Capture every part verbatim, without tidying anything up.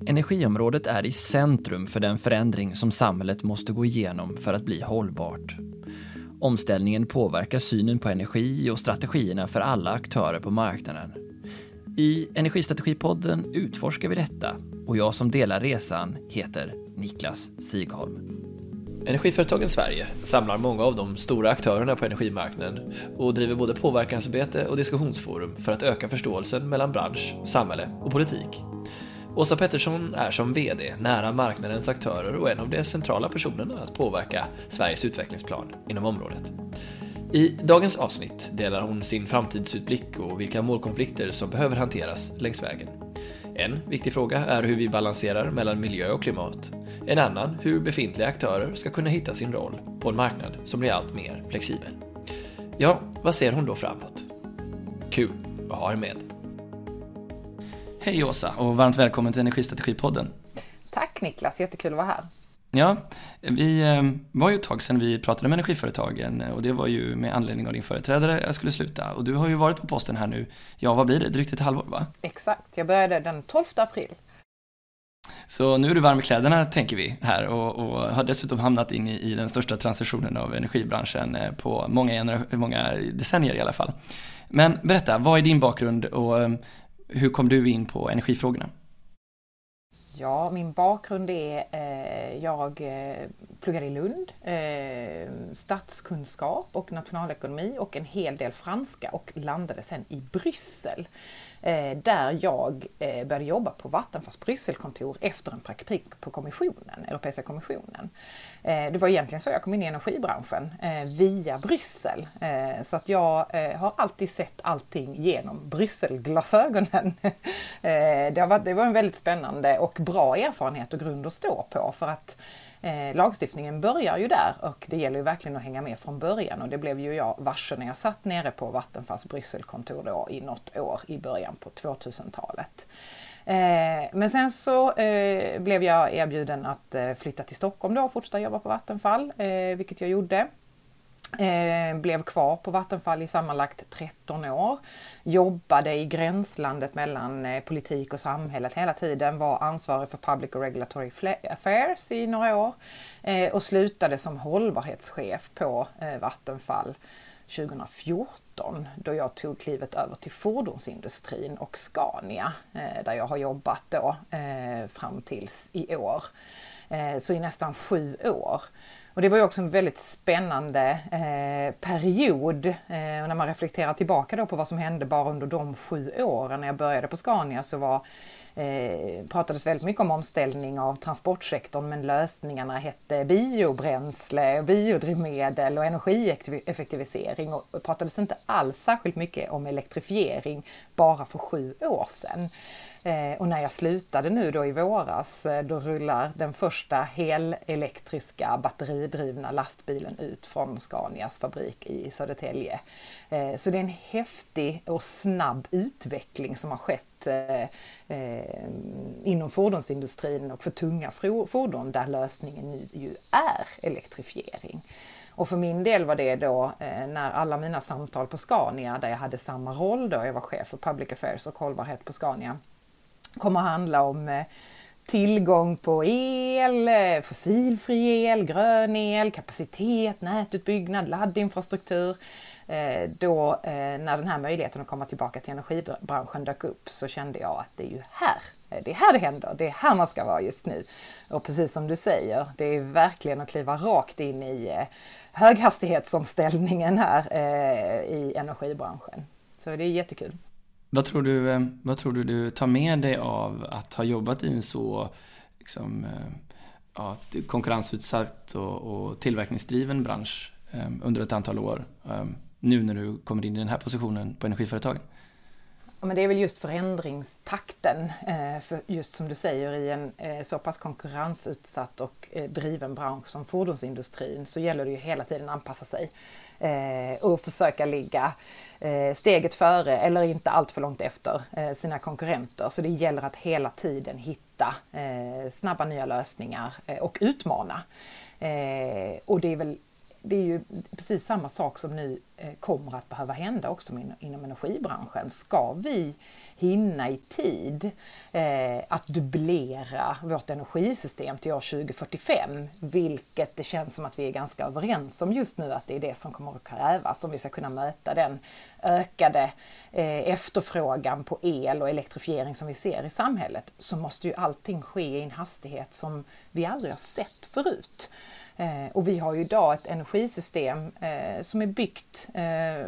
Energiområdet är i centrum för den förändring som samhället måste gå igenom för att bli hållbart. Omställningen påverkar synen på energi och strategierna för alla aktörer på marknaden. I Energistrategipodden utforskar vi detta och jag som delar resan heter Niklas Sigholm. Energiföretagen Sverige samlar många av de stora aktörerna på energimarknaden och driver både påverkansarbete och diskussionsforum för att öka förståelsen mellan bransch, samhälle och politik. Åsa Pettersson är som vd nära marknadens aktörer och en av de centrala personerna att påverka Sveriges utvecklingsplan inom området. I dagens avsnitt delar hon sin framtidsutblick och vilka målkonflikter som behöver hanteras längs vägen. En viktig fråga är hur vi balanserar mellan miljö och klimat. En annan hur befintliga aktörer ska kunna hitta sin roll på en marknad som blir allt mer flexibel. Ja, vad ser hon då framåt? Kul att ha er med. Hej Åsa och varmt välkommen till Energistrategipodden. Tack Niklas, jättekul att vara här. Ja, vi var ju ett tag sedan vi pratade med energiföretagen och det var ju med anledning av din företrädare jag skulle sluta. Och du har ju varit på posten här nu, ja vad blir det, drygt ett halvår va? Exakt, jag började den tolfte april. Så nu är du varm i kläderna tänker vi här och, och har dessutom hamnat in i, i den största transitionen av energibranschen på många, gener- många decennier i alla fall. Men berätta, vad är din bakgrund och hur kom du in på energifrågorna? Ja, min bakgrund är, eh, jag eh, pluggade i Lund, eh, statskunskap och nationalekonomi och en hel del franska och landade sen i Bryssel. Eh, där jag eh, började jobba på Vattenfalls Brysselkontor efter en praktik på kommissionen, Europeiska kommissionen. Eh, det var egentligen så jag kom in i energibranschen, eh, via Bryssel. Eh, så att jag eh, har alltid sett allting genom Brysselglasögonen. eh, det, har varit, det var en väldigt spännande och bra erfarenhet och grund att stå på för att Eh, lagstiftningen börjar ju där och det gäller ju verkligen att hänga med från början och det blev ju jag varse när jag satt nere på Vattenfalls Brysselkontor då i något år i början på tvåtusentalet. Eh, men sen så eh, blev jag erbjuden att eh, flytta till Stockholm då och fortsätta jobba på Vattenfall, eh, vilket jag gjorde. Eh, blev kvar på Vattenfall i sammanlagt tretton år, jobbade i gränslandet mellan eh, politik och samhället hela tiden, var ansvarig för Public och Regulatory Affairs i några år eh, och slutade som hållbarhetschef på eh, Vattenfall tjugohundrafjorton då jag tog klivet över till fordonsindustrin och Scania eh, där jag har jobbat då eh, fram tills i år, eh, så i nästan sju år. Och det var ju också en väldigt spännande eh, period eh, och när man reflekterar tillbaka då på vad som hände bara under de sju åren när jag började på Scania så var, eh, pratades väldigt mycket om omställning av transportsektorn men lösningarna hette biobränsle, biodrivmedel och energieffektivisering och pratades inte alls särskilt mycket om elektrifiering bara för sju år sedan. Eh, och när jag slutade nu då i våras eh, då rullar den första helelektriska batteridrivna lastbilen ut från Scanias fabrik i Södertälje. Eh, så det är en häftig och snabb utveckling som har skett eh, eh, inom fordonsindustrin och för tunga fordon där lösningen nu ju är elektrifiering. Och för min del var det då eh, när alla mina samtal på Scania där jag hade samma roll då, jag var chef för Public Affairs och hållbarhet på Scania, kommer att handla om eh, tillgång på el, eh, fossilfri el, grön el, kapacitet, nätutbyggnad, laddinfrastruktur. Eh, då eh, när den här möjligheten att komma tillbaka till energibranschen dök upp så kände jag att det är ju här, det är här det händer, det är här man ska vara just nu. Och precis som du säger, det är verkligen att kliva rakt in i eh, höghastighetsomställningen här eh, i energibranschen. Så det är jättekul. Vad tror du, vad tror du du tar med dig av att ha jobbat i en så liksom, ja, konkurrensutsatt och, och tillverkningsdriven bransch under ett antal år nu när du kommer in i den här positionen på energiföretagen? Ja, men det är väl just förändringstakten, för just som du säger i en så pass konkurrensutsatt och driven bransch som fordonsindustrin så gäller det ju hela tiden att anpassa sig och försöka ligga steget före eller inte allt för långt efter sina konkurrenter. Så det gäller att hela tiden hitta snabba nya lösningar och utmana. Och det är väl det är ju precis samma sak som nu kommer att behöva hända också inom energibranschen. Ska vi hinna i tid eh, att dubblera vårt energisystem till år tjugo fyrtiofem, vilket det känns som att vi är ganska överens om just nu att det är det som kommer att krävas om vi ska kunna möta den ökade eh, efterfrågan på el och elektrifiering som vi ser i samhället, så måste ju allting ske i en hastighet som vi aldrig har sett förut. Eh, och vi har ju idag ett energisystem eh, som är byggt eh,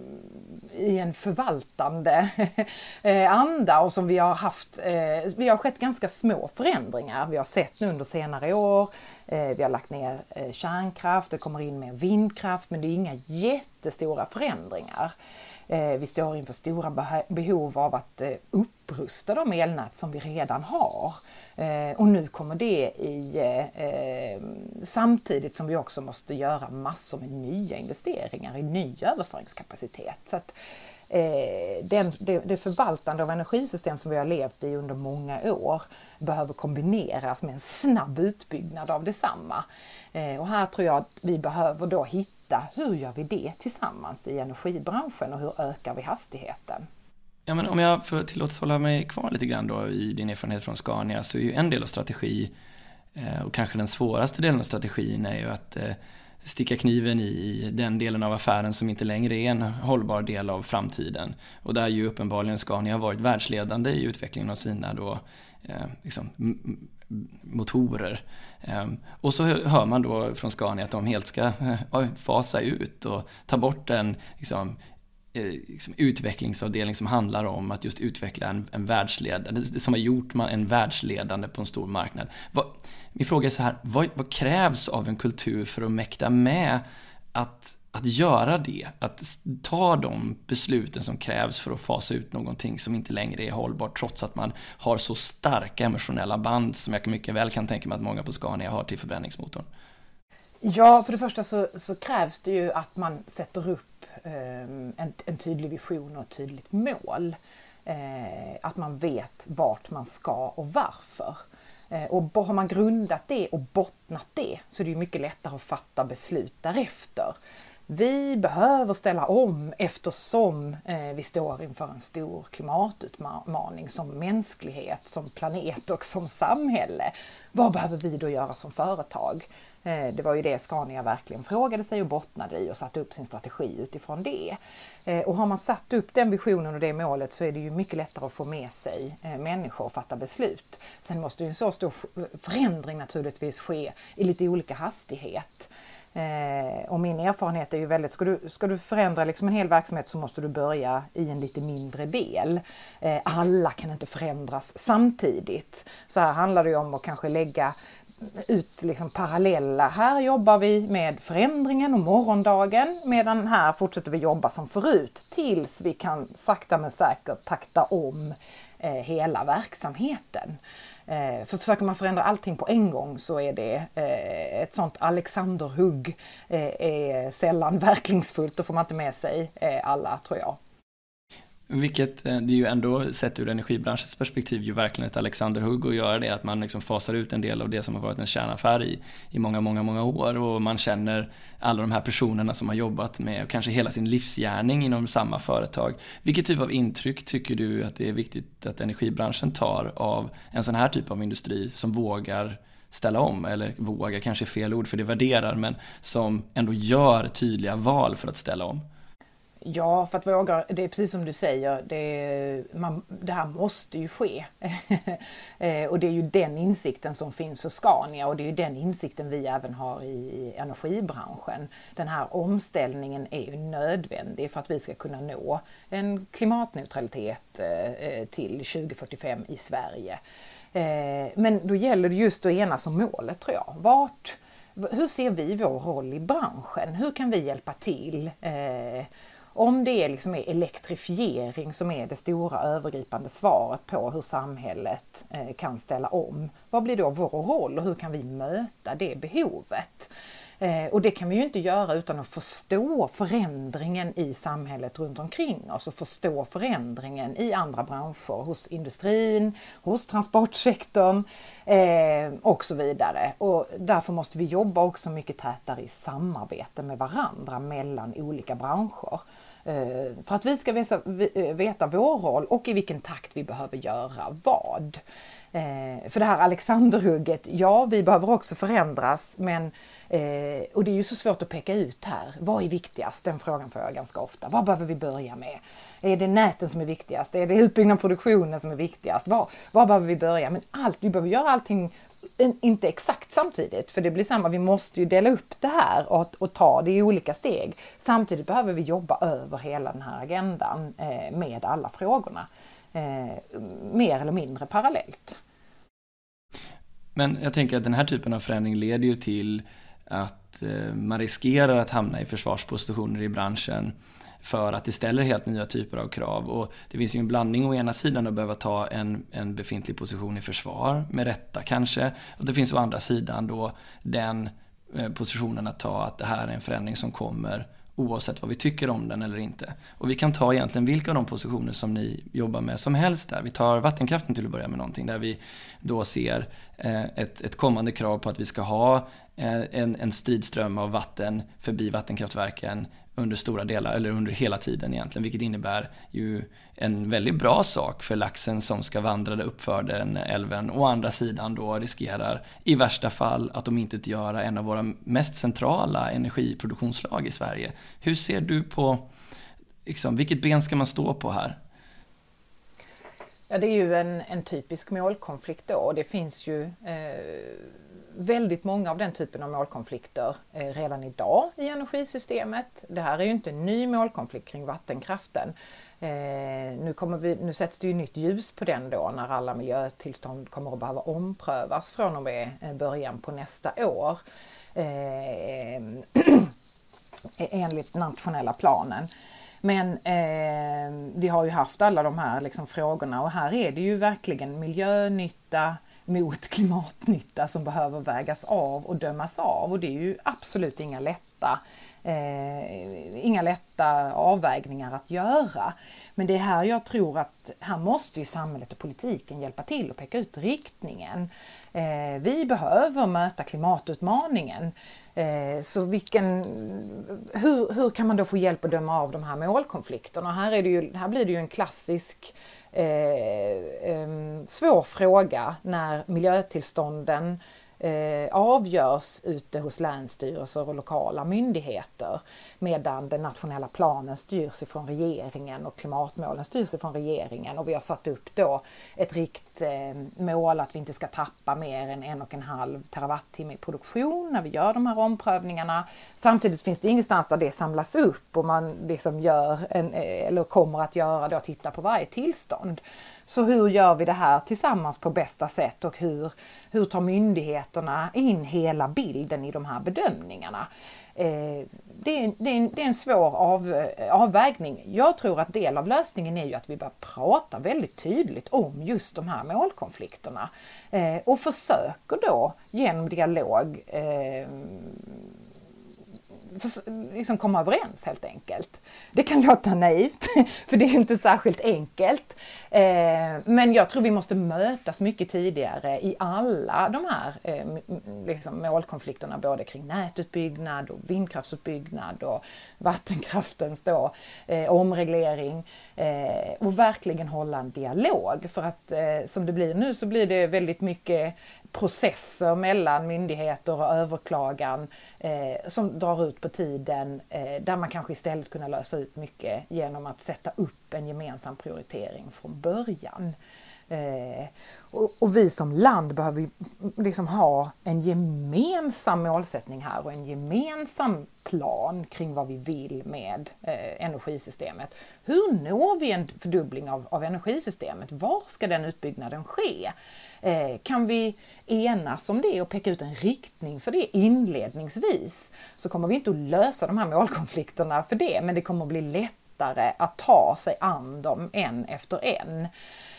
i en förvaltande eh, anda och som vi har haft, eh, vi har skett ganska små förändringar. Vi har sett nu under senare år, eh, vi har lagt ner eh, kärnkraft, det kommer in mer vindkraft, men det är inga jättestora förändringar. Eh, vi står inför stora beh- behov av att eh, upprusta de elnät som vi redan har. Eh, och nu kommer det i eh, samtidigt som vi också måste göra massor med nya investeringar i ny överföringskapacitet. Så att eh, den, det, det förvaltande av energisystem som vi har levt i under många år behöver kombineras med en snabb utbyggnad av detsamma. Eh, och här tror jag att vi behöver då hitta hur gör vi det tillsammans i energibranschen och hur ökar vi hastigheten. Ja, men om jag får tillåts hålla mig kvar lite grann då i din erfarenhet från Scania, så är ju en del av strategi eh, och kanske den svåraste delen av strategin är ju att eh, sticka kniven i den delen av affären som inte längre är en hållbar del av framtiden. Och där ju uppenbarligen Scania har varit världsledande i utvecklingen av sina då, eh, liksom, m- motorer. Eh, och så hör man då från Scania att de helt ska eh, fasa ut och ta bort den liksom, Liksom utvecklingsavdelning som handlar om att just utveckla en, en världsledande, det som har gjort man en världsledande på en stor marknad. Vad, min fråga är så här, vad, vad krävs av en kultur för att mäkta med att, att göra det? Att ta de besluten som krävs för att fasa ut någonting som inte längre är hållbart, trots att man har så starka emotionella band som jag mycket väl kan tänka mig att många på Scania har till förbränningsmotorn. Ja, för det första så, så krävs det ju att man sätter upp En, en tydlig vision och ett tydligt mål. Eh, att man vet vart man ska och varför. Eh, och har man grundat det och bottnat det så är det ju mycket lättare att fatta beslut därefter. Vi behöver ställa om eftersom eh, vi står inför en stor klimatutmaning som mänsklighet, som planet och som samhälle. Vad behöver vi då göra som företag? Eh, det var ju det Scania verkligen frågade sig och bottnade i och satte upp sin strategi utifrån det. Eh, och har man satt upp den visionen och det målet så är det ju mycket lättare att få med sig eh, människor och fatta beslut. Sen måste ju en så stor förändring naturligtvis ske i lite olika hastighet. Eh, och min erfarenhet är ju väldigt, ska du, ska du förändra liksom en hel verksamhet så måste du börja i en lite mindre del. Eh, alla kan inte förändras samtidigt. Så här handlar det ju om att kanske lägga ut liksom parallella, här jobbar vi med förändringen och morgondagen medan här fortsätter vi jobba som förut tills vi kan sakta men säkert takta om eh, hela verksamheten. Eh, för försöker man förändra allting på en gång så är det eh, ett sånt Alexanderhugg eh, är sällan verkningsfullt. Då får man inte med sig eh, alla, tror jag. Vilket det är ju ändå sett ur energibranschens perspektiv ju verkligen ett Alexanderhugg att göra det, att man liksom fasar ut en del av det som har varit en kärnaffär i, i många, många, många år, och man känner alla de här personerna som har jobbat med kanske hela sin livsgärning inom samma företag. Vilket typ av intryck tycker du att det är viktigt att energibranschen tar av en sån här typ av industri som vågar ställa om, eller vågar kanske är fel ord för det värderar, men som ändå gör tydliga val för att ställa om? Ja, för att våga, det är precis som du säger, det, man, det här måste ju ske. Och det är ju den insikten som finns för Scania och det är ju den insikten vi även har i energibranschen. Den här omställningen är ju nödvändig för att vi ska kunna nå en klimatneutralitet till tjugo fyrtiofem i Sverige. Men då gäller det just att enas om målet, tror jag. Vart, hur ser vi vår roll i branschen? Hur kan vi hjälpa till? Om det är liksom elektrifiering som är det stora övergripande svaret på hur samhället kan ställa om, vad blir då vår roll och hur kan vi möta det behovet? Eh, och det kan vi ju inte göra utan att förstå förändringen i samhället runt omkring oss och förstå förändringen i andra branscher, hos industrin, hos transportsektorn eh, och så vidare. Och därför måste vi jobba också mycket tätare i samarbete med varandra mellan olika branscher. Eh, för att vi ska veta, veta vår roll och i vilken takt vi behöver göra vad. Eh, för det här Alexanderhugget, ja vi behöver också förändras men eh, och det är ju så svårt att peka ut här. Vad är viktigast? Den frågan får jag ganska ofta. Vad behöver vi börja med? Är det näten som är viktigast? Är det utbyggnad av produktionen som är viktigast? Vad, vad behöver vi börja? Men allt, vi behöver göra allting inte exakt samtidigt för det blir samma. Vi måste ju dela upp det här och, och ta det i olika steg. Samtidigt behöver vi jobba över hela den här agendan eh, med alla frågorna. Eh, mer eller mindre parallellt. Men jag tänker att den här typen av förändring leder ju till att eh, man riskerar att hamna i försvarspositioner i branschen för att det ställer helt nya typer av krav. Och det finns ju en blandning å ena sidan att behöva ta en, en befintlig position i försvar, med rätta kanske. Och det finns å andra sidan då den eh, positionen att ta att det här är en förändring som kommer oavsett vad vi tycker om den eller inte. Och vi kan ta egentligen vilka av de positioner som ni jobbar med som helst där. Vi tar vattenkraften till att börja med någonting där vi då ser eh, ett, ett kommande krav på att vi ska ha eh, en, en stridström av vatten förbi vattenkraftverken under stora delar, eller under hela tiden egentligen, vilket innebär ju en väldigt bra sak för laxen som ska vandra uppför den älven. Å andra sidan då riskerar i värsta fall att de inte göra en av våra mest centrala energiproduktionslag i Sverige. Hur ser du på, liksom, vilket ben ska man stå på här? Ja, det är ju en, en typisk målkonflikt då, och det finns ju eh, väldigt många av den typen av målkonflikter eh, redan idag i energisystemet. Det här är ju inte en ny målkonflikt kring vattenkraften. Eh, nu, kommer vi, nu sätts det ju nytt ljus på den då när alla miljötillstånd kommer att behöva omprövas från och med början på nästa år. Eh, enligt nationella planen. Men eh, vi har ju haft alla de här liksom, frågorna, och här är det ju verkligen miljönytta mot klimatnytta som behöver vägas av och dömas av, och det är ju absolut inga lätta, eh, inga lätta avvägningar att göra. Men det är här jag tror att här måste ju samhället och politiken hjälpa till och peka ut riktningen. Eh, vi behöver möta klimatutmaningen. Så vilken, hur, hur kan man då få hjälp att döma av de här målkonflikterna? Här, är det ju, här blir det ju en klassisk eh, eh, svår fråga när miljötillstånden eh, avgörs ute hos länsstyrelser och lokala myndigheter, medan den nationella planen styrs ifrån regeringen och klimatmålen styrs ifrån regeringen, och vi har satt upp då ett riktmål att vi inte ska tappa mer än en och en halv terawattimme i produktion när vi gör de här omprövningarna. Samtidigt finns det ingenstans där det samlas upp och man liksom gör en, eller kommer att göra då, titta på varje tillstånd. Så hur gör vi det här tillsammans på bästa sätt, och hur, hur tar myndigheterna in hela bilden i de här bedömningarna? Eh, det, är, det, är en, det är en svår av, avvägning. Jag tror att del av lösningen är ju att vi börjar prata väldigt tydligt om just de här målkonflikterna eh, och försöker då genom dialog eh, för, liksom komma överens helt enkelt. Det kan låta naivt, för det är inte särskilt enkelt. Eh, men jag tror vi måste mötas mycket tidigare i alla de här eh, liksom målkonflikterna, både kring nätutbyggnad och vindkraftsutbyggnad och vattenkraftens då, eh, omreglering. Eh, och verkligen hålla en dialog, för att eh, som det blir nu så blir det väldigt mycket processer mellan myndigheter och överklagan eh, som drar ut på tiden, eh, där man kanske istället kunna lösa ut mycket genom att sätta upp en gemensam prioritering från början. Eh, och, och vi som land behöver liksom ha en gemensam målsättning här och en gemensam plan kring vad vi vill med eh, energisystemet. Hur når vi en fördubbling av, av energisystemet? Var ska den utbyggnaden ske? Eh, kan vi enas om det och peka ut en riktning för det inledningsvis, så kommer vi inte att lösa de här målkonflikterna för det, men det kommer att bli lättare att ta sig an dem en efter en.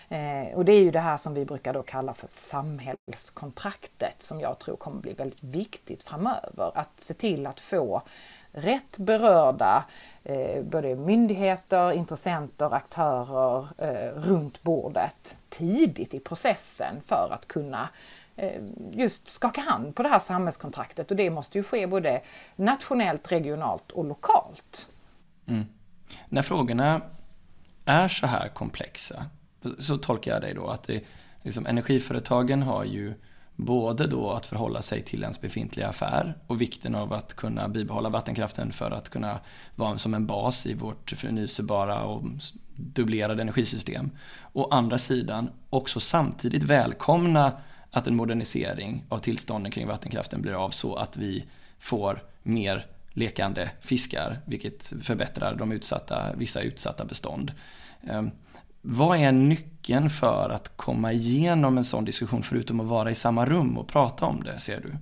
Eh, och det är ju det här som vi brukar då kalla för samhällskontraktet, som jag tror kommer bli väldigt viktigt framöver. Att se till att få rätt berörda eh, både myndigheter, intressenter, aktörer eh, runt bordet tidigt i processen för att kunna eh, just skaka hand på det här samhällskontraktet. Och det måste ju ske både nationellt, regionalt och lokalt. Mm. När frågorna är så här komplexa, så tolkar jag dig då att det, liksom, energiföretagen har ju både då att förhålla sig till ens befintliga affär och vikten av att kunna bibehålla vattenkraften för att kunna vara som en bas i vårt förnyelsebara och dubblerade energisystem. Å andra sidan också samtidigt välkomna att en modernisering av tillstånden kring vattenkraften blir av så att vi får mer lekande fiskar, vilket förbättrar de utsatta, vissa utsatta bestånd. Vad är nyckeln för att komma igenom en sån diskussion förutom att vara i samma rum och prata om det, ser du?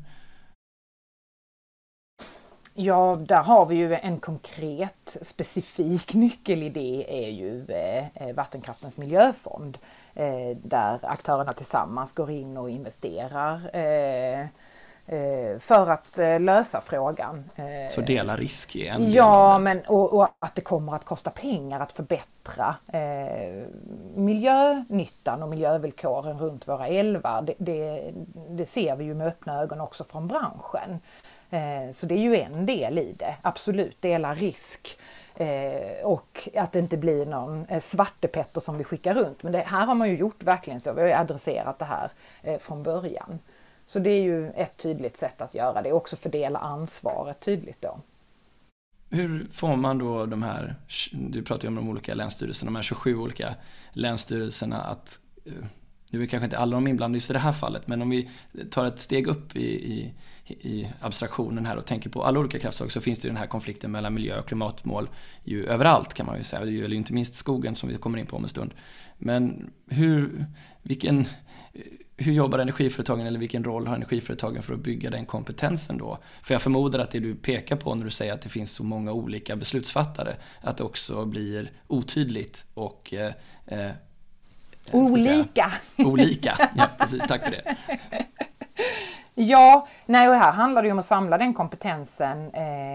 Ja, där har vi ju en konkret, specifik nyckelidé är ju eh, vattenkraftens miljöfond. Eh, där aktörerna tillsammans går in och investerar eh, för att lösa frågan. Så dela risk i en Ja, men, och, och att det kommer att kosta pengar att förbättra eh, miljönyttan och miljövillkoren runt våra älvar. Det, det, det ser vi ju med öppna ögon också från branschen. Eh, så det är ju en del i det. Absolut, dela risk. Eh, och att det inte blir någon eh, svartepetter som vi skickar runt. Men det här har man ju gjort verkligen så. Vi har ju adresserat det här eh, från början. Så det är ju ett tydligt sätt att göra det. Också fördela ansvaret tydligt då. Hur får man då de här, du pratar ju om de olika länsstyrelserna, de här tjugosju olika länsstyrelserna att, nu är kanske inte alla de inblandade just i det här fallet, men om vi tar ett steg upp i, i, i abstraktionen här och tänker på alla olika kraftslag, så finns det ju den här konflikten mellan miljö- och klimatmål ju överallt, kan man ju säga. Det gäller ju inte minst skogen som vi kommer in på om en stund. Men hur, vilken... Hur jobbar energiföretagen, eller vilken roll har energiföretagen för att bygga den kompetensen då? För jag förmodar att det du pekar på när du säger att det finns så många olika beslutsfattare, att det också blir otydligt och eh, eh, olika. Säga, olika, ja precis, tack för det. Ja, nej, och här handlar det ju om att samla den kompetensen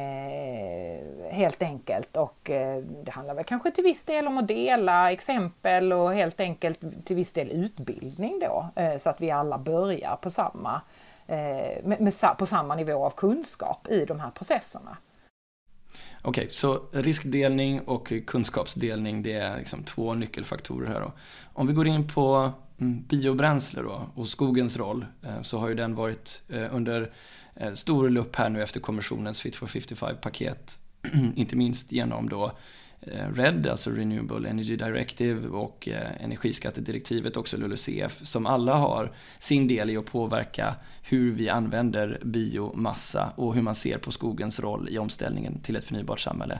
eh, helt enkelt, och eh, det handlar väl kanske till viss del om att dela exempel och helt enkelt till viss del utbildning då, eh, så att vi alla börjar på samma, eh, med, med, på samma nivå av kunskap i de här processerna. Okej, okay, så riskdelning och kunskapsdelning, det är liksom två nyckelfaktorer här då. Om vi går in på biobränsle då och skogens roll, så har ju den varit under stor lupp här nu efter kommissionens Fit for femtiofem-paket, inte minst genom då R E D, alltså Renewable Energy Directive, och energiskattedirektivet, också L U L U C F, som alla har sin del i att påverka hur vi använder biomassa och hur man ser på skogens roll i omställningen till ett förnybart samhälle.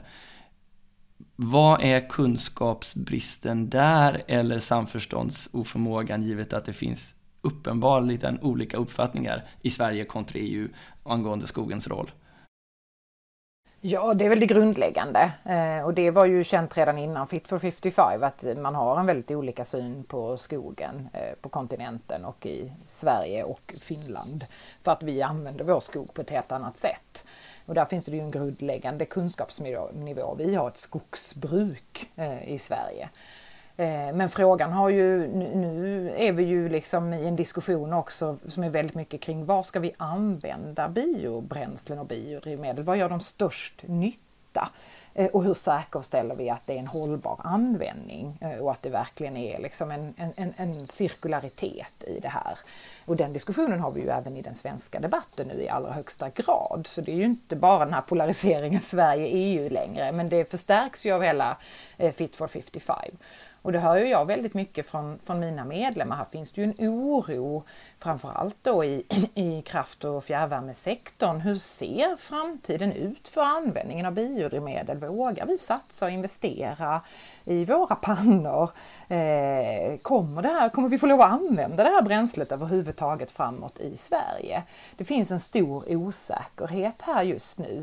Vad är kunskapsbristen där, eller samförståndsoförmågan, givet att det finns uppenbarligen olika uppfattningar i Sverige kontra E U angående skogens roll? Ja, det är väl det grundläggande, eh, och det var ju känt redan innan Fit for femtiofem att man har en väldigt olika syn på skogen eh, på kontinenten och i Sverige och Finland, för att vi använder vår skog på ett helt annat sätt. Och där finns det ju en grundläggande kunskapsnivå. Vi har ett skogsbruk eh, i Sverige. Eh, men frågan har ju, nu, nu är vi ju liksom i en diskussion också som är väldigt mycket kring var ska vi använda biobränslen och biodrivmedel? Vad gör de störst nytta? Eh, och hur säkerställer vi att det är en hållbar användning eh, och att det verkligen är liksom en, en, en cirkularitet i det här? Och den diskussionen har vi ju även i den svenska debatten nu i allra högsta grad. Så det är ju inte bara den här polariseringen Sverige-E U längre, men det förstärks ju av hela Fit for femtiofem. Och det hör ju jag väldigt mycket från, från mina medlemmar. Här finns det ju en oro, framförallt då i, i kraft- och fjärrvärmesektorn. Hur ser framtiden ut för användningen av biodrivmedel? Vågar vi satsa och investera i våra pannor? Eh, kommer, det här, kommer vi få lov att använda det här bränslet överhuvudtaget framåt i Sverige? Det finns en stor osäkerhet här just nu.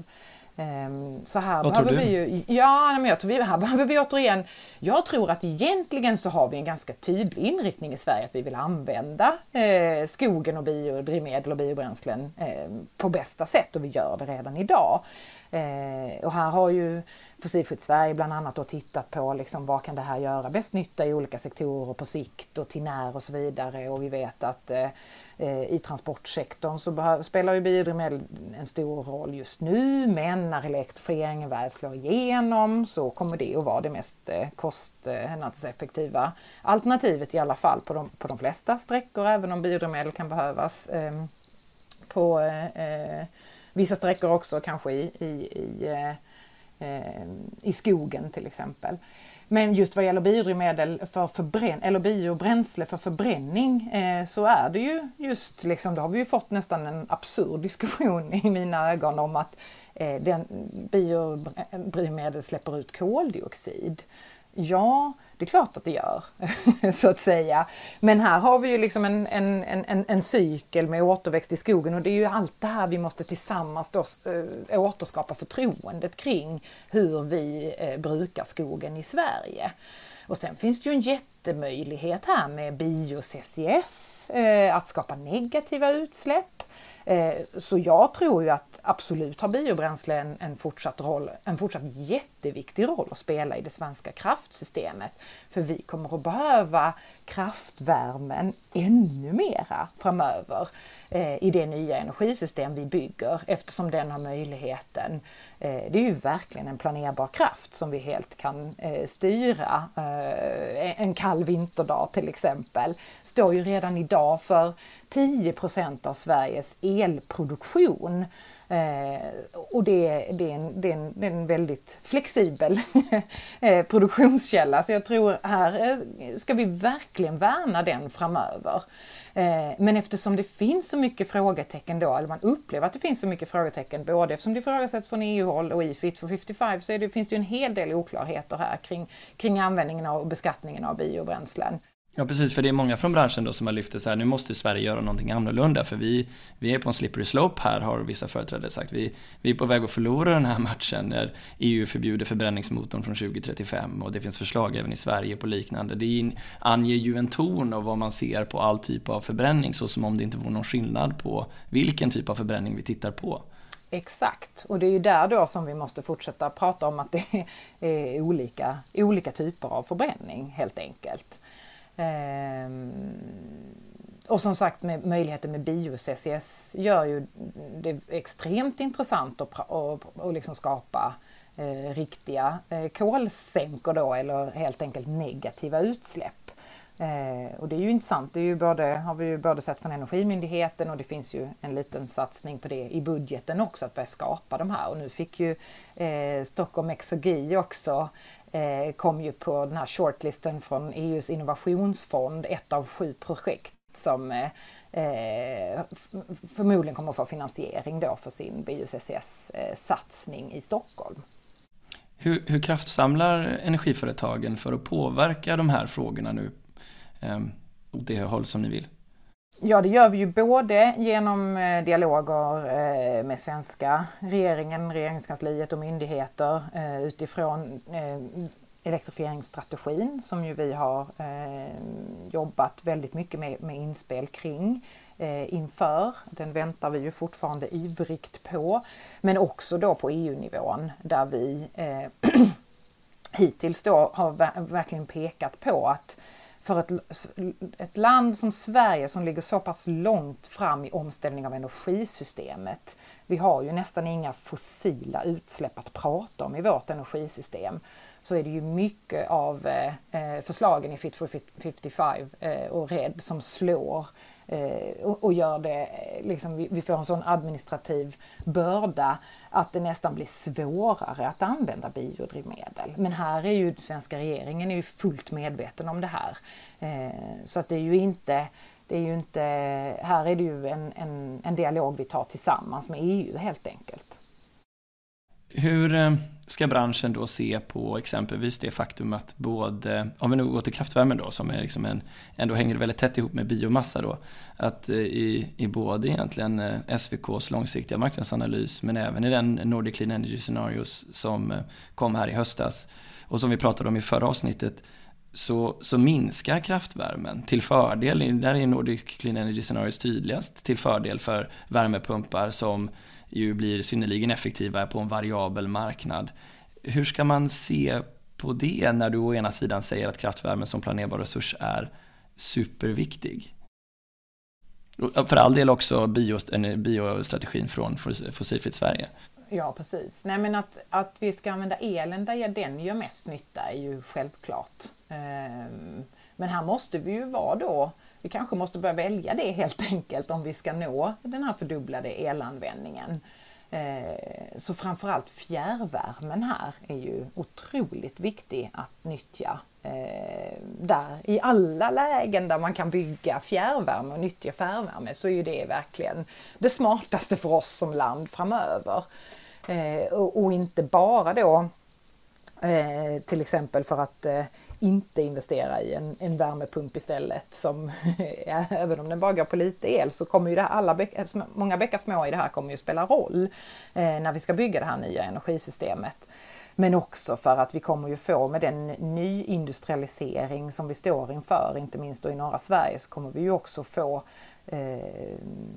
Så här Vad behöver tror du? vi ju, ja, men jag tror vi, här behöver vi återigen, jag tror att egentligen så har vi en ganska tydlig inriktning i Sverige att vi vill använda eh, skogen och biodrivmedel och biobränslen eh, på bästa sätt, och vi gör det redan idag. Eh, och här har ju Fossilfritt Sverige bland annat då tittat på liksom, vad kan det här göra bäst nytta i olika sektorer på sikt och till när och så vidare, och vi vet att eh, i transportsektorn så behöver, spelar ju biodrivmedel en stor roll just nu, men när elektrifieringen väl slår igenom så kommer det att vara det mest eh, kostnadseffektiva alternativet i alla fall på de, på de flesta sträckor, även om biodrivmedel kan behövas eh, på eh, vissa sträckor också, kanske i, i, i, eh, i skogen till exempel. Men just vad gäller biodrivmedel för förbränning, eller biobränsle för förbränning, eh, så är det ju just, liksom, då har vi ju fått nästan en absurd diskussion i mina ögon om att eh, den biodrivmedel släpper ut koldioxid. Ja, det är klart att det gör, så att säga. Men här har vi ju liksom en, en, en, en cykel med återväxt i skogen, och det är ju allt det här vi måste tillsammans då, äh, återskapa förtroendet kring hur vi äh, brukar skogen i Sverige. Och sen finns det ju en jättemöjlighet här med bio-C C S, äh, att skapa negativa utsläpp. Så jag tror ju att absolut har biobränsle en, en fortsatt roll, en fortsatt jätteviktig roll att spela i det svenska kraftsystemet. För vi kommer att behöva kraftvärmen ännu mera framöver eh, i det nya energisystem vi bygger, eftersom den har möjligheten. Eh, det är ju verkligen en planerbar kraft som vi helt kan eh, styra. Eh, en kall vinterdag till exempel står ju redan idag för tio procent av Sveriges elproduktion. Eh, och det, det, är en, det, är en, det är en väldigt flexibel eh, produktionskälla. Så jag tror här eh, ska vi verkligen värna den framöver. Eh, men eftersom det finns så mycket frågetecken då, eller man upplever att det finns så mycket frågetecken, både eftersom det ifrågasätts från E U-håll och i Fit for femtiofem, så är det, finns det ju en hel del oklarheter här kring, kring användningen av och beskattningen av biobränslen. Ja, precis, för det är många från branschen då som har lyft det så här, nu måste Sverige göra någonting annorlunda, för vi, vi är på en slippery slope här, har vissa företrädare sagt. Vi, vi är på väg att förlora den här matchen när E U förbjuder förbränningsmotorn från tjugo trettiofem, och det finns förslag även i Sverige på liknande. Det anger ju en ton av vad man ser på all typ av förbränning, så som om det inte vore någon skillnad på vilken typ av förbränning vi tittar på. Exakt, och det är ju där då som vi måste fortsätta prata om att det är olika, olika typer av förbränning helt enkelt. Ehm, och som sagt, med möjligheten med bio-C C S gör ju det extremt intressant att och, och liksom skapa eh, riktiga eh, kolsänkor då, eller helt enkelt negativa utsläpp. Eh, och det är ju intressant, det är ju både, har vi ju både sett från Energimyndigheten, och det finns ju en liten satsning på det i budgeten också, att börja skapa de här. Och nu fick ju eh, Stockholm Exergi också Eh, kom ju på den här shortlisten från E U:s innovationsfond, ett av sju projekt som eh, förmodligen kommer att få finansiering då för sin bio-C C S-satsning i Stockholm. Hur, hur kraftsamlar energiföretagen för att påverka de här frågorna nu eh, åt det håll som ni vill? Ja, det gör vi ju både genom eh, dialoger eh, med svenska regeringen, regeringskansliet och myndigheter eh, utifrån eh, elektrifieringsstrategin som ju vi har eh, jobbat väldigt mycket med, med inspel kring eh, inför. Den väntar vi ju fortfarande ivrigt på. Men också då på E U-nivån där vi eh, hittills då har ver- verkligen pekat på att för ett, ett land som Sverige som ligger så pass långt fram i omställning av energisystemet. Vi har ju nästan inga fossila utsläpp att prata om i vårt energisystem. Så är det ju mycket av eh, förslagen i Fit for femtiofem eh, och R E D som slår eh, och, och gör det, liksom, vi, vi får en sån administrativ börda att det nästan blir svårare att använda biodrivmedel. Men här är ju svenska regeringen är ju fullt medveten om det här. Eh, så att det är ju inte, det är ju inte, här är det ju en, en, en dialog vi tar tillsammans med E U helt enkelt. Hur ska branschen då se på exempelvis det faktum att både, om vi nu går till kraftvärmen då, som är liksom en, ändå hänger väldigt tätt ihop med biomassa då, att i, i både egentligen S V K:s långsiktiga marknadsanalys men även i den Nordic Clean Energy Scenarios som kom här i höstas och som vi pratade om i förra avsnittet, så, så minskar kraftvärmen till fördel, där är Nordic Clean Energy Scenarios tydligast, till fördel för värmepumpar som ju blir synnerligen effektiva på en variabel marknad. Hur ska man se på det när du å ena sidan säger att kraftvärmen som planerbar resurs är superviktig? Och för all del också biostrategin från Fossilfritt Sverige. Ja, precis. Nej, men att, att vi ska använda elen där den gör mest nytta är ju självklart. Men här måste vi ju vara då, vi kanske måste börja välja det helt enkelt om vi ska nå den här fördubblade elanvändningen. Så framförallt fjärrvärmen här är ju otroligt viktig att nyttja. Där i alla lägen där man kan bygga fjärrvärme och nyttja fjärrvärme så är ju det verkligen det smartaste för oss som land framöver. Och, och inte bara då till exempel för att inte investera i en, en värmepump istället som även om den bara går på lite el så kommer ju det här, alla bäck, många bäckar små i det här kommer ju spela roll eh, när vi ska bygga det här nya energisystemet. Men också för att vi kommer ju få med den nyindustrialisering som vi står inför, inte minst då i norra Sverige, så kommer vi ju också få eh,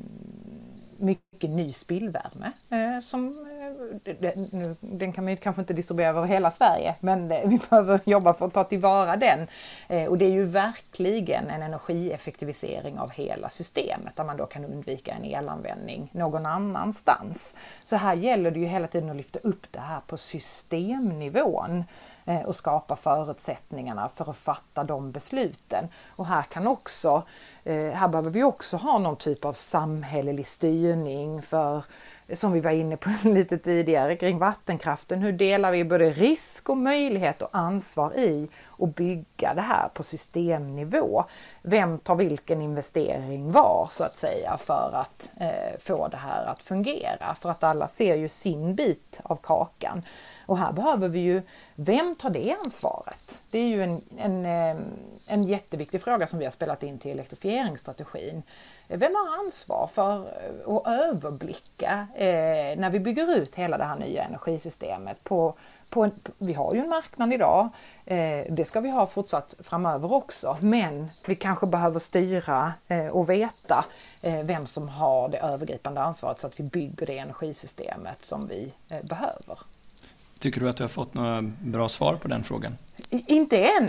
mycket ny spillvärme. Eh, som, eh, den, den kan man ju kanske inte distribuera över hela Sverige, men eh, vi behöver jobba för att ta tillvara den. Eh, och det är ju verkligen en energieffektivisering av hela systemet där man då kan undvika en elanvändning någon annanstans. Så här gäller det ju hela tiden att lyfta upp det här på systemnivån eh, och skapa förutsättningarna för att fatta de besluten. Och här kan också Här behöver vi också ha någon typ av samhällelig styrning för, som vi var inne på lite tidigare, kring vattenkraften. Hur delar vi både risk och möjlighet och ansvar i att bygga det här på systemnivå? Vem tar vilken investering var så att säga för att eh, få det här att fungera? För att alla ser ju sin bit av kakan. Och här behöver vi ju, vem tar det ansvaret? Det är ju en, en, en jätteviktig fråga som vi har spelat in till elektrifieringsstrategin. Vem har ansvar för att överblicka eh, när vi bygger ut hela det här nya energisystemet? På, på en, vi har ju en marknad idag, eh, det ska vi ha fortsatt framöver också. Men vi kanske behöver styra eh, och veta eh, vem som har det övergripande ansvaret så att vi bygger det energisystemet som vi eh, behöver. Tycker du att du har fått några bra svar på den frågan? I, inte än.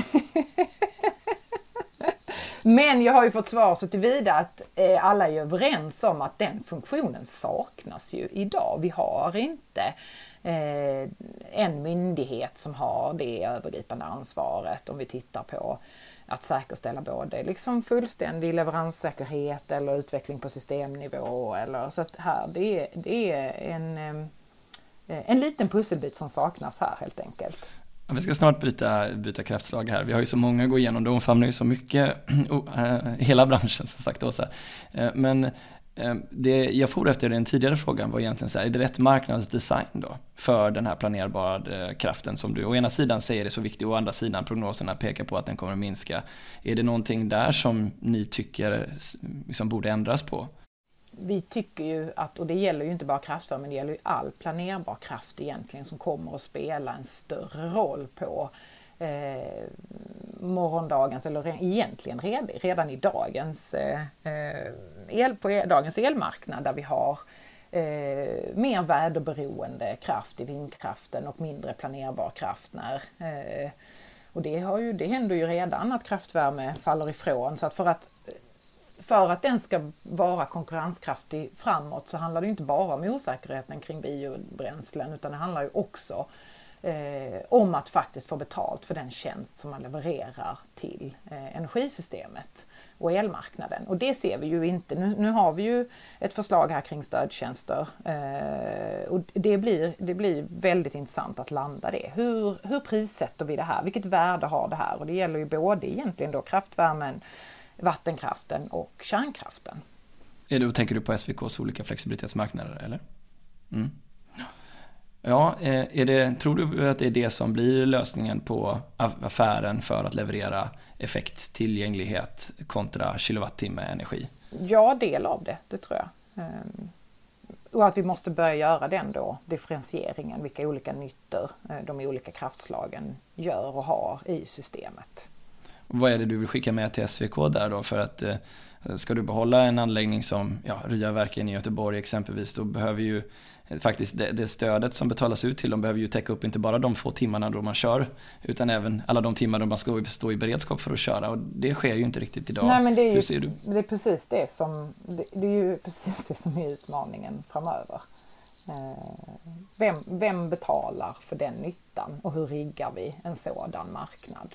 Men jag har ju fått svar så tillvida att eh, alla är överens om att den funktionen saknas ju idag. Vi har inte eh, en myndighet som har det övergripande ansvaret om vi tittar på att säkerställa både liksom fullständig leveranssäkerhet eller utveckling på systemnivå. Eller, så att här, det, det är en... Eh, En liten pusselbit som saknas här helt enkelt. Vi ska snart byta, byta kraftslag här. Vi har ju så många att gå igenom. Det omfamnar ju så mycket, uh, hela branschen som sagt. Också. Uh, men uh, det jag får efter den tidigare frågan var egentligen så här, är det rätt marknadsdesign då för den här planerbara uh, kraften som du å ena sidan säger är så viktig och å andra sidan prognoserna pekar på att den kommer att minska. Är det någonting där som ni tycker liksom borde ändras på? Vi tycker ju att, och det gäller ju inte bara kraftvärme, men det gäller ju all planerbar kraft egentligen som kommer att spela en större roll på eh, morgondagens, eller egentligen redan, redan i dagens, eh, el, på dagens elmarknad där vi har eh, mer väderberoende kraft i vindkraften och mindre planerbar kraft när eh, och det, har ju, det händer ju redan att kraftvärme faller ifrån, så att för att För att den ska vara konkurrenskraftig framåt så handlar det inte bara om osäkerheten kring biobränslen, utan det handlar ju också eh, om att faktiskt få betalt för den tjänst som man levererar till eh, energisystemet och elmarknaden. Och det ser vi ju inte. Nu, nu har vi ju ett förslag här kring stödtjänster eh, och det blir, det blir väldigt intressant att landa det. Hur, hur prissätter vi det här? Vilket värde har det här? Och det gäller ju både egentligen då kraftvärmen, vattenkraften och kärnkraften. Är det, tänker du på S V K:s olika flexibilitetsmarknader eller? Mm. Ja, är det, tror du att det är det som blir lösningen på affären för att leverera effekt, tillgänglighet kontra kilowattimme energi? Ja, del av det, det tror jag. Och att vi måste börja göra den då, differentieringen, vilka olika nyttor de olika kraftslagen gör och har i systemet. Vad är det du vill skicka med till S V K där då? För att eh, ska du behålla en anläggning som ja, Ryaverken i Göteborg exempelvis, då behöver ju eh, faktiskt det, det stödet som betalas ut till dem behöver ju täcka upp inte bara de få timmarna då man kör, utan även alla de timmar då man ska stå i beredskap för att köra, och det sker ju inte riktigt idag. Nej, men det är ju, Hur ser du? Det är precis det som det, det är ju precis det som är utmaningen framöver. Eh, vem, vem betalar för den nyttan och hur riggar vi en sådan marknad?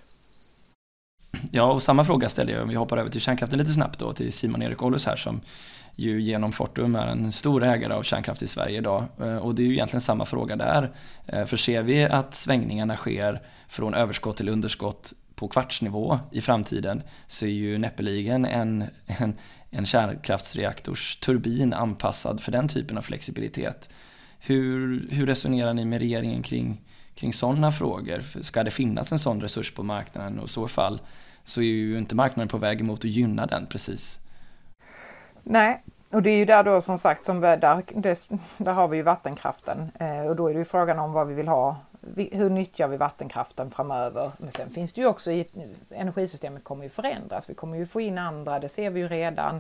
Ja, och samma fråga ställer jag, om vi hoppar över till kärnkraften lite snabbt då, till Simon Erik Ollus här, som ju genom Fortum är en stor ägare av kärnkraft i Sverige idag. Och det är ju egentligen samma fråga där. För ser vi att svängningarna sker från överskott till underskott på kvartsnivå i framtiden, så är ju näppeligen en, en, en kärnkraftsreaktors turbin anpassad för den typen av flexibilitet. Hur, hur resonerar ni med regeringen kring kring sådana frågor? Ska det finnas en sån resurs på marknaden, och i så fall så är ju inte marknaden på väg emot att gynna den precis. Nej, och det är ju där då som sagt, som där, det, där har vi ju vattenkraften eh, och då är det ju frågan om vad vi vill ha, vi, hur nyttjar vi vattenkraften framöver. Men sen finns det ju också, i, energisystemet kommer ju förändras, vi kommer ju få in andra, det ser vi ju redan.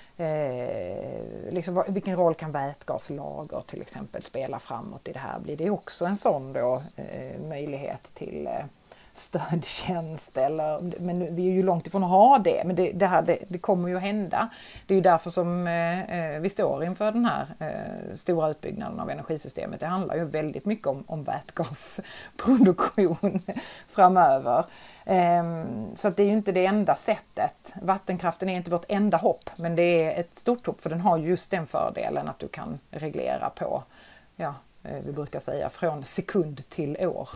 Eh, liksom, vilken roll kan vätgaslager till exempel spela framåt i det här? Blir det också en sån då, eh, möjlighet till eh, stödtjänst? Eller, men vi är ju långt ifrån att ha det, men det, det här det, det kommer ju att hända. Det är ju därför som eh, vi står inför den här eh, stora utbyggnaden av energisystemet. Det handlar ju väldigt mycket om, om vätgasproduktion framöver. Så att det är ju inte det enda sättet. Vattenkraften är inte vårt enda hopp, men det är ett stort hopp, för den har just den fördelen att du kan reglera på, ja, vi brukar säga från sekund till år.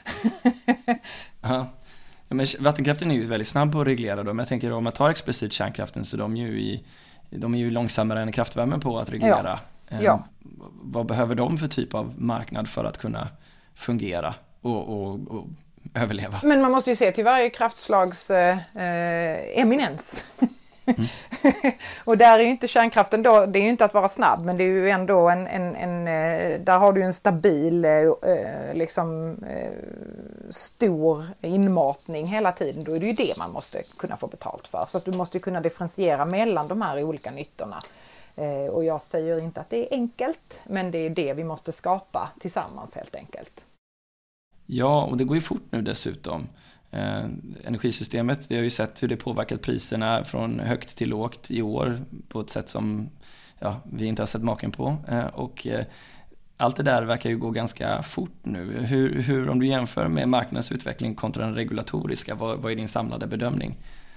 Ja, men vattenkraften är ju väldigt snabb att reglera då, men jag tänker om man tar explicit kärnkraften, så de är ju, i, de är ju långsammare än kraftvärmen på att reglera. Ja. Ja. Vad behöver de för typ av marknad för att kunna fungera och, och, och överleva? Men man måste ju se till varje kraftslags eh, eminens. Mm. Och där är ju inte kärnkraften då, det är ju inte att vara snabb, men det är ju ändå en, en, en där har du en stabil eh, liksom eh, stor inmatning hela tiden. Då är det ju det man måste kunna få betalt för, så att du måste kunna differentiera mellan de här olika nyttorna. Eh, och jag säger inte att det är enkelt, men det är det vi måste skapa tillsammans helt enkelt. Ja, och det går ju fort nu dessutom. Eh, energisystemet, vi har ju sett hur det påverkat priserna från högt till lågt i år på ett sätt som ja, vi inte har sett maken på. Eh, och eh, allt det där verkar ju gå ganska fort nu. Hur, hur om du jämför med marknadsutveckling kontra den regulatoriska, vad, vad är din samlade bedömning?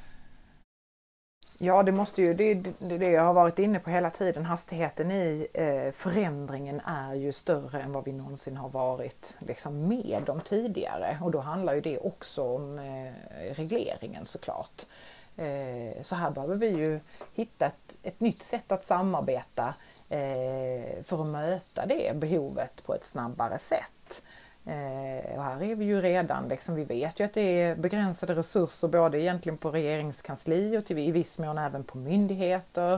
Ja, det måste ju, det är det jag har varit inne på hela tiden. Hastigheten i eh, förändringen är ju större än vad vi någonsin har varit liksom, med om tidigare. Och då handlar ju det också om eh, regleringen såklart. Eh, så här behöver vi ju hitta ett, ett nytt sätt att samarbeta eh, för att möta det behovet på ett snabbare sätt. Eh, och här är vi ju redan, liksom, vi vet ju att det är begränsade resurser både egentligen på regeringskansli och till i viss mån även på myndigheter.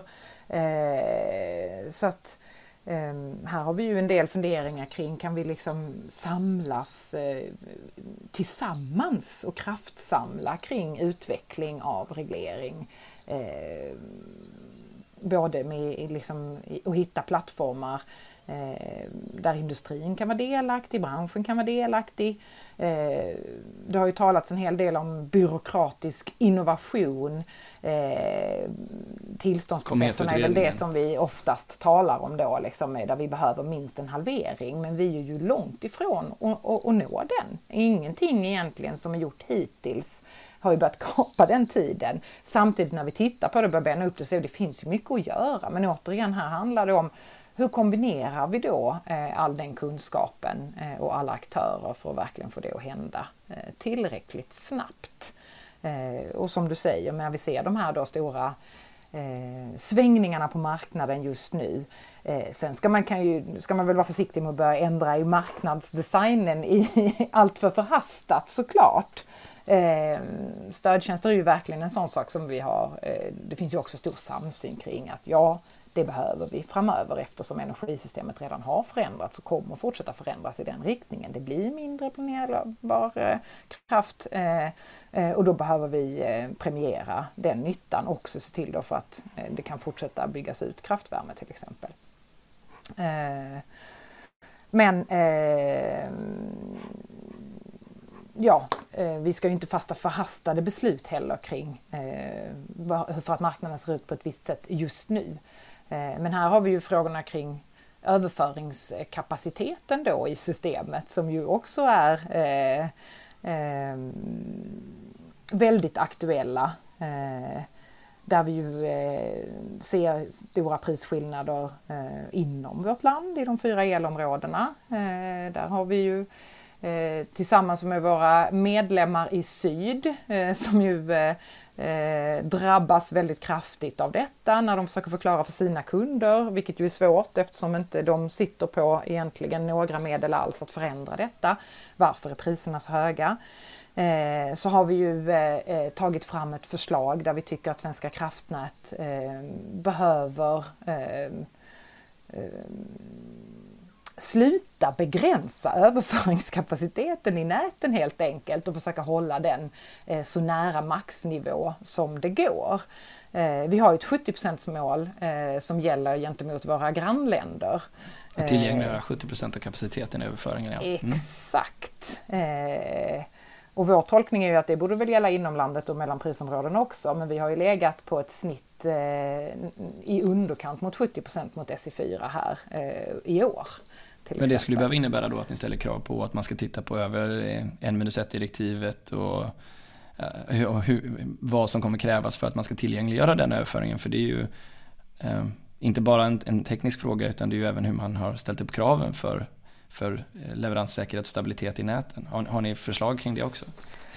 Eh, så att eh, här har vi ju en del funderingar kring, kan vi liksom samlas eh, tillsammans och kraftsamla kring utveckling av reglering. Eh, både med liksom, att hitta plattformar Eh, där industrin kan vara delaktig, branschen kan vara delaktig. Eh, det har ju talats en hel del om byråkratisk innovation. Eh, tillståndsprocesserna är väl det som vi oftast talar om då, liksom, där vi behöver minst en halvering. Men vi är ju långt ifrån att nå den. Ingenting egentligen som är gjort hittills har ju börjat kapa den tiden. Samtidigt när vi tittar på det och börjar bena upp det, så det finns ju mycket att göra. Men återigen, här handlar det om hur kombinerar vi då eh, all den kunskapen eh, och alla aktörer för att verkligen få det att hända eh, tillräckligt snabbt. Eh, och som du säger, när vi ser de här då stora eh, svängningarna på marknaden just nu, Eh, sen ska man, kan ju, ska man väl vara försiktig med att börja ändra i marknadsdesignen i allt för förhastat såklart. Eh, stödtjänster är ju verkligen en sån sak som vi har, eh, det finns ju också stor samsyn kring att ja, det behöver vi framöver eftersom energisystemet redan har förändrats och kommer fortsätta förändras i den riktningen. Det blir mindre planerbar eh, kraft eh, eh, och då behöver vi eh, premiera den nyttan och också se till då för att eh, det kan fortsätta byggas ut kraftvärme till exempel. Eh, men eh, ja, eh, vi ska ju inte fasta förhastade beslut heller kring eh, för att marknaden ser ut på ett visst sätt just nu. Men här har vi ju frågorna kring överföringskapaciteten då i systemet som ju också är eh, eh, väldigt aktuella. Eh, där vi ju eh, ser stora prisskillnader eh, inom vårt land i de fyra elområdena. Eh, där har vi ju eh, tillsammans med våra medlemmar i syd eh, som ju eh, Eh, drabbas väldigt kraftigt av detta när de försöker förklara för sina kunder, vilket ju är svårt eftersom inte de sitter på egentligen några medel alls att förändra detta. Varför är priserna så höga? Eh, så har vi ju eh, tagit fram ett förslag där vi tycker att Svenska kraftnät eh, behöver eh, eh, sluta begränsa överföringskapaciteten i näten helt enkelt och försöka hålla den eh, så nära maxnivå som det går. Eh, vi har ju ett sjuttio procent mål eh, som gäller gentemot våra grannländer. Att tillgängliggöra sjuttio procent av kapaciteten i överföringen. Ja. Mm. Exakt. Eh, och vår tolkning är ju att det borde väl gälla inom landet och mellan prisområden också, men vi har ju legat på ett snitt eh, i underkant mot sjuttio procent mot S I fyra här eh, i år. Men det exempel. Skulle behöva innebära då att ni ställer krav på att man ska titta på över en minus ett direktivet och, uh, och hur, vad som kommer krävas för att man ska tillgängliggöra den överföringen. För det är ju uh, inte bara en, en teknisk fråga utan det är ju även hur man har ställt upp kraven för, för leveranssäkerhet och stabilitet i näten. Har, har ni förslag kring det också?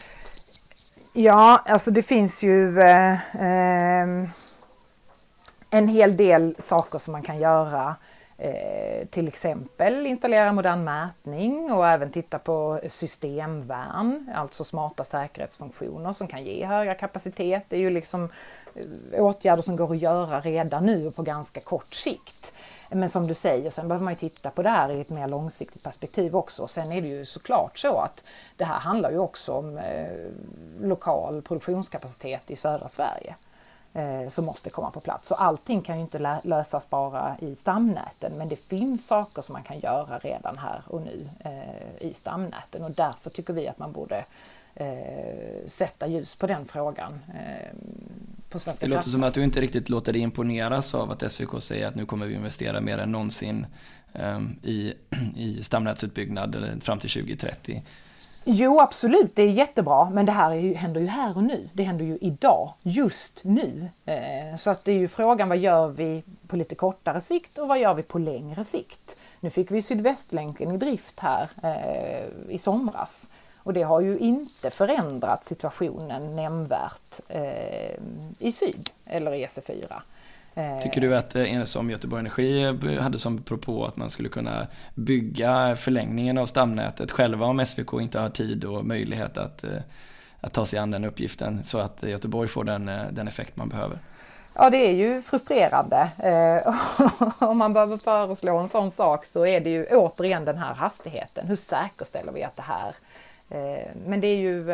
Ja, alltså det finns ju eh, eh, en hel del saker som man kan göra. Eh, till exempel installera modern mätning och även titta på systemvärn, alltså smarta säkerhetsfunktioner som kan ge högre kapacitet. Det är ju liksom eh, åtgärder som går att göra redan nu och på ganska kort sikt. Men som du säger, sen behöver man ju titta på det här i ett mer långsiktigt perspektiv också. Och sen är det ju såklart så att det här handlar ju också om eh, lokal produktionskapacitet i södra Sverige. Som måste komma på plats. Så allting kan ju inte lä- lösas bara i stamnäten, men det finns saker som man kan göra redan här och nu eh, i stamnäten och därför tycker vi att man borde eh, sätta ljus på den frågan eh, på Svenska Det låter kraft. som att du inte riktigt låter dig imponeras av att S V K säger att nu kommer vi investera mer än någonsin eh, i, i stamnätsutbyggnad fram till tjugo trettio. Jo, absolut, det är jättebra, men det här är ju, händer ju här och nu. Det händer ju idag, just nu. Eh, så att det är ju frågan, vad gör vi på lite kortare sikt och vad gör vi på längre sikt? Nu fick vi Sydvästlänken i drift här eh, i somras och det har ju inte förändrat situationen nämnvärt eh, i syd eller i S E fyra. Tycker du att en som Göteborg Energi hade som propå att man skulle kunna bygga förlängningen av stamnätet själva om S V K inte har tid och möjlighet att, att ta sig an den uppgiften så att Göteborg får den, den effekt man behöver? Ja, det är ju frustrerande. Om man behöver föreslå en sån sak så är det ju återigen den här hastigheten. Hur säkerställer vi att det här... Men det är ju...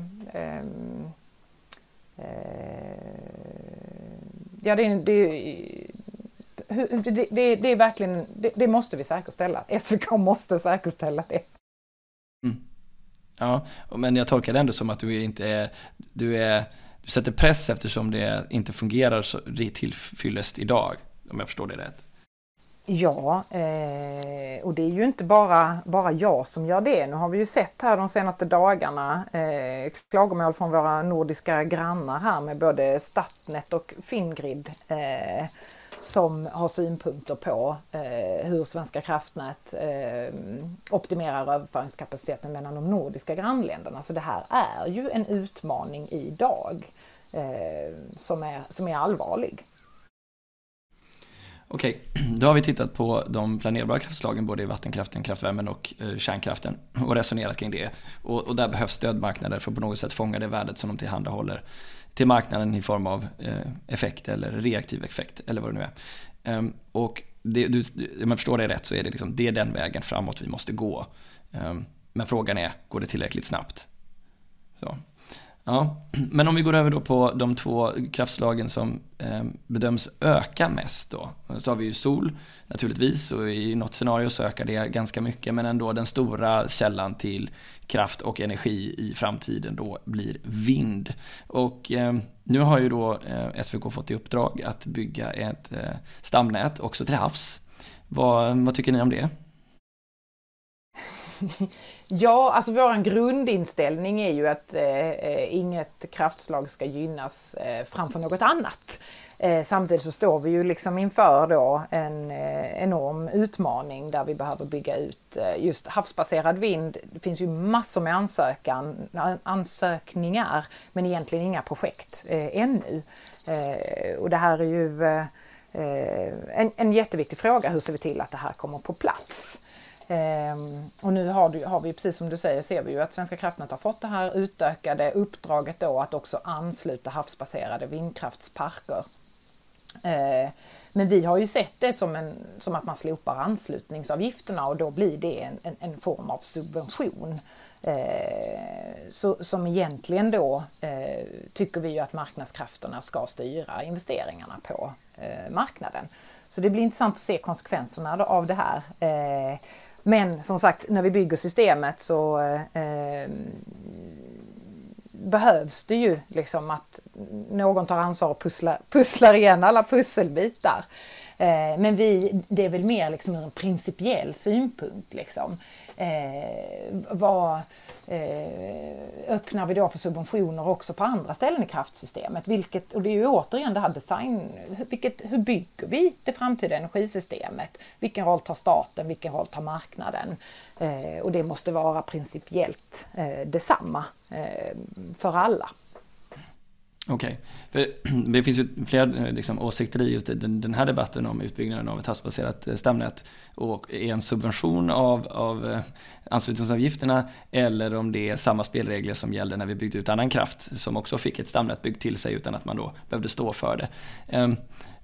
Ja, det, det, det, det, det är verkligen, det, det måste vi säkerställa. S V K måste säkerställa det. Mm. Ja, men jag tolkar det ändå som att du inte är, du är, du sätter press eftersom det inte fungerar så tillfyllest idag, om jag förstår det rätt. Ja, eh, och det är ju inte bara, bara jag som gör det. Nu har vi ju sett här de senaste dagarna eh, klagomål från våra nordiska grannar här med både Statnet och Fingrid eh, som har synpunkter på eh, hur Svenska kraftnät eh, optimerar överföringskapaciteten mellan de nordiska grannländerna. Så det här är ju en utmaning idag eh, som är, som är allvarlig. Okej, då har vi tittat på de planerbara kraftslagen både i vattenkraften, kraftvärmen och eh, kärnkraften och resonerat kring det. Och, och där behövs stödmarknader för att på något sätt fånga det värdet som de tillhandahåller till marknaden i form av eh, effekt eller reaktiv effekt eller vad det nu är. Um, och det, du, om jag förstår det rätt så är det, liksom, det är den vägen framåt vi måste gå. Um, men frågan är, går det tillräckligt snabbt? Så. Ja, men om vi går över då på de två kraftslagen som eh, bedöms öka mest då. Så har vi ju sol naturligtvis, och i något scenario så ökar det ganska mycket, men ändå den stora källan till kraft och energi i framtiden då blir vind. Och eh, nu har ju då eh, S V K fått i uppdrag att bygga ett eh, stamnät också till havs. Vad, vad tycker ni om det? Ja, alltså vår grundinställning är ju att eh, inget kraftslag ska gynnas eh, framför något annat. Eh, samtidigt så står vi ju liksom inför då en eh, enorm utmaning där vi behöver bygga ut eh, just havsbaserad vind. Det finns ju massor med ansökan, ansökningar men egentligen inga projekt eh, ännu. Eh, och det här är ju eh, en, en jätteviktig fråga, hur ser vi till att det här kommer på plats? Um, och nu har, du, har vi, precis som du säger, ser vi ju att Svenska kraftnät har fått det här utökade uppdraget då att också ansluta havsbaserade vindkraftsparker. Uh, men vi har ju sett det som, en, som att man slopar anslutningsavgifterna och då blir det en, en, en form av subvention. Uh, så, som egentligen då uh, tycker vi ju att marknadskrafterna ska styra investeringarna på uh, marknaden. Så det blir intressant att se konsekvenserna av det här. Uh, Men som sagt, när vi bygger systemet så eh, behövs det ju liksom att någon tar ansvar och pusslar, pusslar igen alla pusselbitar. Eh, men vi, det är väl mer liksom ur en principiell synpunkt. Liksom. Eh, vad eh, öppnar vi då för subventioner också på andra ställen i kraftsystemet? Vilket, och det är ju återigen det här design, vilket, hur bygger vi det framtida energisystemet? Vilken roll tar staten, vilken roll tar marknaden? Eh, och det måste vara principiellt eh, detsamma eh, för alla. Okej, okay. För det finns ju flera liksom, åsikter i just den, den här debatten om utbyggnaden av ett havsbaserat stamnät och är en subvention av, av anslutningsavgifterna eller om det är samma spelregler som gällde när vi byggde ut annan kraft som också fick ett stamnät byggt till sig utan att man då behövde stå för det. Um,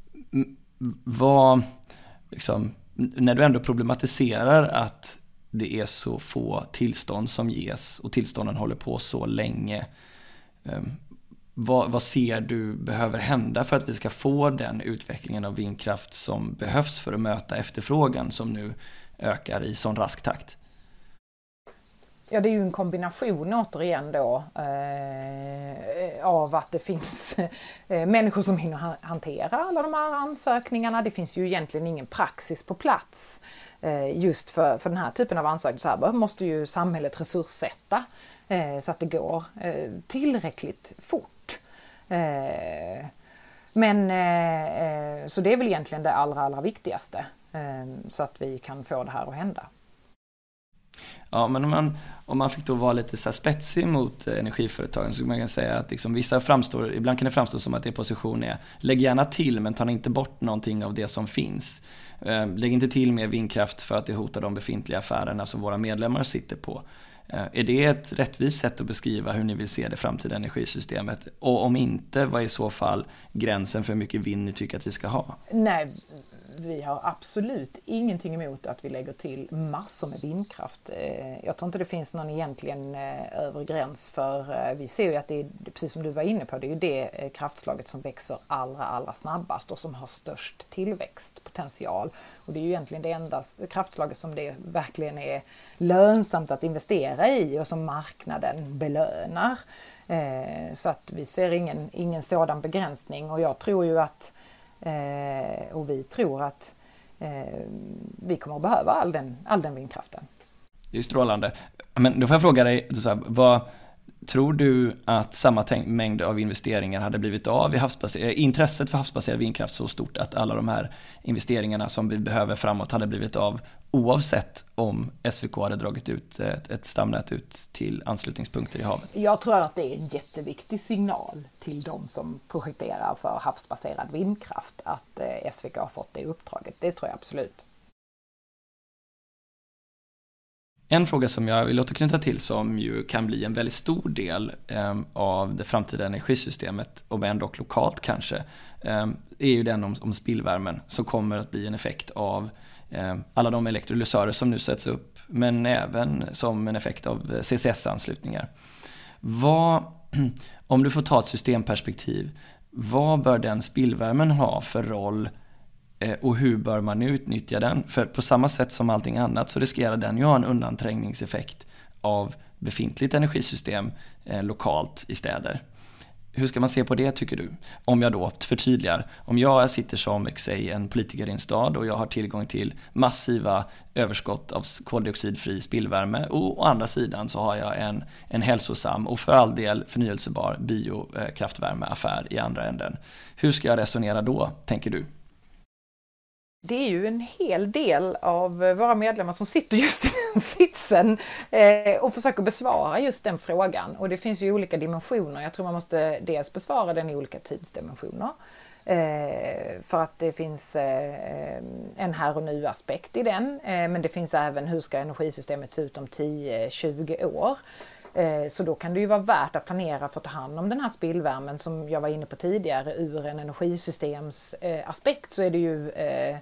vad, liksom, när du ändå problematiserar att det är så få tillstånd som ges och tillstånden håller på så länge, um, Vad, vad ser du behöver hända för att vi ska få den utvecklingen av vindkraft som behövs för att möta efterfrågan som nu ökar i sån rask takt? Ja, det är ju en kombination återigen då eh, av att det finns eh, människor som hinner hantera alla de här ansökningarna. Det finns ju egentligen ingen praxis på plats eh, just för, för den här typen av ansökningar. Så här måste ju samhället resurssätta eh, så att det går eh, tillräckligt fort. Eh, men eh, så det är väl egentligen det allra, allra viktigaste eh, så att vi kan få det här att hända. Ja, men om man, om man fick då vara lite så här spetsig mot energiföretagen så kan man kan säga att liksom vissa framstår, ibland kan det framstå som att det position är lägg gärna till men ta inte bort någonting av det som finns. Lägg inte till mer vindkraft för att det hotar de befintliga affärerna som våra medlemmar sitter på. Är det ett rättvist sätt att beskriva hur ni vill se det framtida energisystemet? Och om inte, vad är i så fall gränsen för hur mycket vind ni tycker att vi ska ha? Nej, vi har absolut ingenting emot att vi lägger till massor med vindkraft. Jag tror inte det finns någon egentligen övre gräns för vi ser ju att det är, precis som du var inne på, det är ju det kraftslaget som växer allra, allra snabbast och som har störst tillväxtpotential. Och det är ju egentligen det enda kraftslaget som det verkligen är lönsamt att investera i och som marknaden belönar. Så att vi ser ingen, ingen sådan begränsning och jag tror ju att Eh, och vi tror att eh, vi kommer att behöva all den, all den vindkraften. Det är strålande. Men då får jag fråga dig, så här, vad, Tror du att samma tänk- mängd av investeringar hade blivit av i havsbaserad, intresset för havsbaserad vindkraft så stort att alla de här investeringarna som vi behöver framåt hade blivit av oavsett om S V K hade dragit ut ett, ett stamnät ut till anslutningspunkter i havet? Jag tror att det är en jätteviktig signal till de som projekterar för havsbaserad vindkraft att S V K har fått det uppdraget. Det tror jag absolut. En fråga som jag vill återknyta till som ju kan bli en väldigt stor del eh, av det framtida energisystemet, om ändå lokalt kanske, eh, är ju den om, om spillvärmen som kommer att bli en effekt av eh, alla de elektrolysörer som nu sätts upp, men även som en effekt av C C S-anslutningar. Vad, om du får ta ett systemperspektiv, vad bör den spillvärmen ha för roll och hur bör man utnyttja den? För på samma sätt som allting annat så riskerar den ju ha en undanträngningseffekt av befintligt energisystem eh, lokalt i städer. Hur ska man se på det tycker du? Om jag då förtydligar, om jag sitter som säg, en politiker i en stad och jag har tillgång till massiva överskott av koldioxidfri spillvärme och å andra sidan så har jag en, en hälsosam och för all del förnyelsebar biokraftvärmeaffär i andra änden. Hur ska jag resonera då, tänker du? Det är ju en hel del av våra medlemmar som sitter just i den sitsen eh, och försöker besvara just den frågan. Och det finns ju olika dimensioner. Jag tror man måste dels besvara den i olika tidsdimensioner. Eh, för att det finns eh, en här och nu aspekt i den. Eh, men det finns även hur ska energisystemet se ut om tio till tjugo år. Så då kan det ju vara värt att planera för att ta hand om den här spillvärmen som jag var inne på tidigare. Ur en energisystems aspekt så är det ju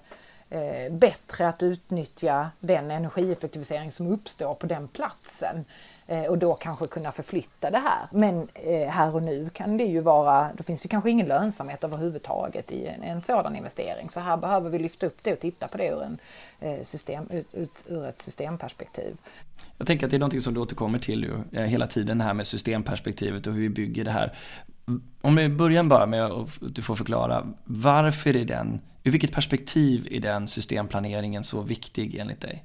bättre att utnyttja den energieffektivisering som uppstår på den platsen. Och då kanske kunna förflytta det här. Men här och nu kan det ju vara, då finns det kanske ingen lönsamhet överhuvudtaget i en, en sådan investering. Så här behöver vi lyfta upp det och titta på det ur, en system, ut, ut, ur ett systemperspektiv. Jag tänker att det är något som du återkommer till ju, hela tiden, det här med systemperspektivet och hur vi bygger det här. Om vi börjar bara med att du får förklara, varför är den, ur vilket perspektiv är den systemplaneringen så viktig enligt dig?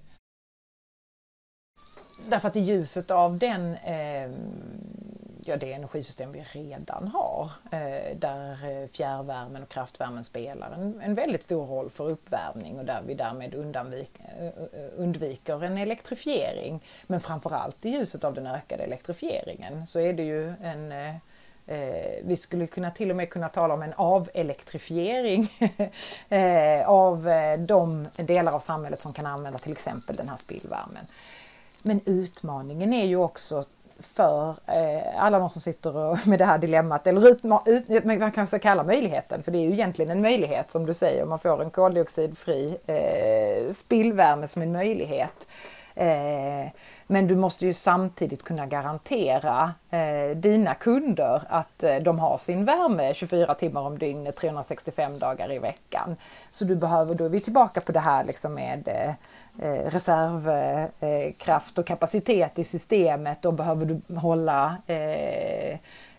Därför att i ljuset av den, eh, ja, det energisystem vi redan har, eh, där fjärrvärmen och kraftvärmen spelar en, en väldigt stor roll för uppvärmning och där vi därmed undvik, undviker en elektrifiering. Men framförallt i ljuset av den ökade elektrifieringen så är det ju en... Eh, vi skulle kunna till och med kunna tala om en avelektrifiering av de delar av samhället som kan använda till exempel den här spillvärmen. Men utmaningen är ju också för eh, alla de som sitter med det här dilemmat, eller utma- ut, man kanske kalla möjligheten, för det är ju egentligen en möjlighet som du säger, man får en koldioxidfri eh, spillvärme som en möjlighet. Eh, men du måste ju samtidigt kunna garantera eh, dina kunder att eh, de har sin värme tjugofyra timmar om dygnet, trehundrasextiofem dagar i veckan. Så du behöver, då är vi tillbaka på det här liksom med eh, reservkraft och kapacitet i systemet. Då behöver du hålla eh,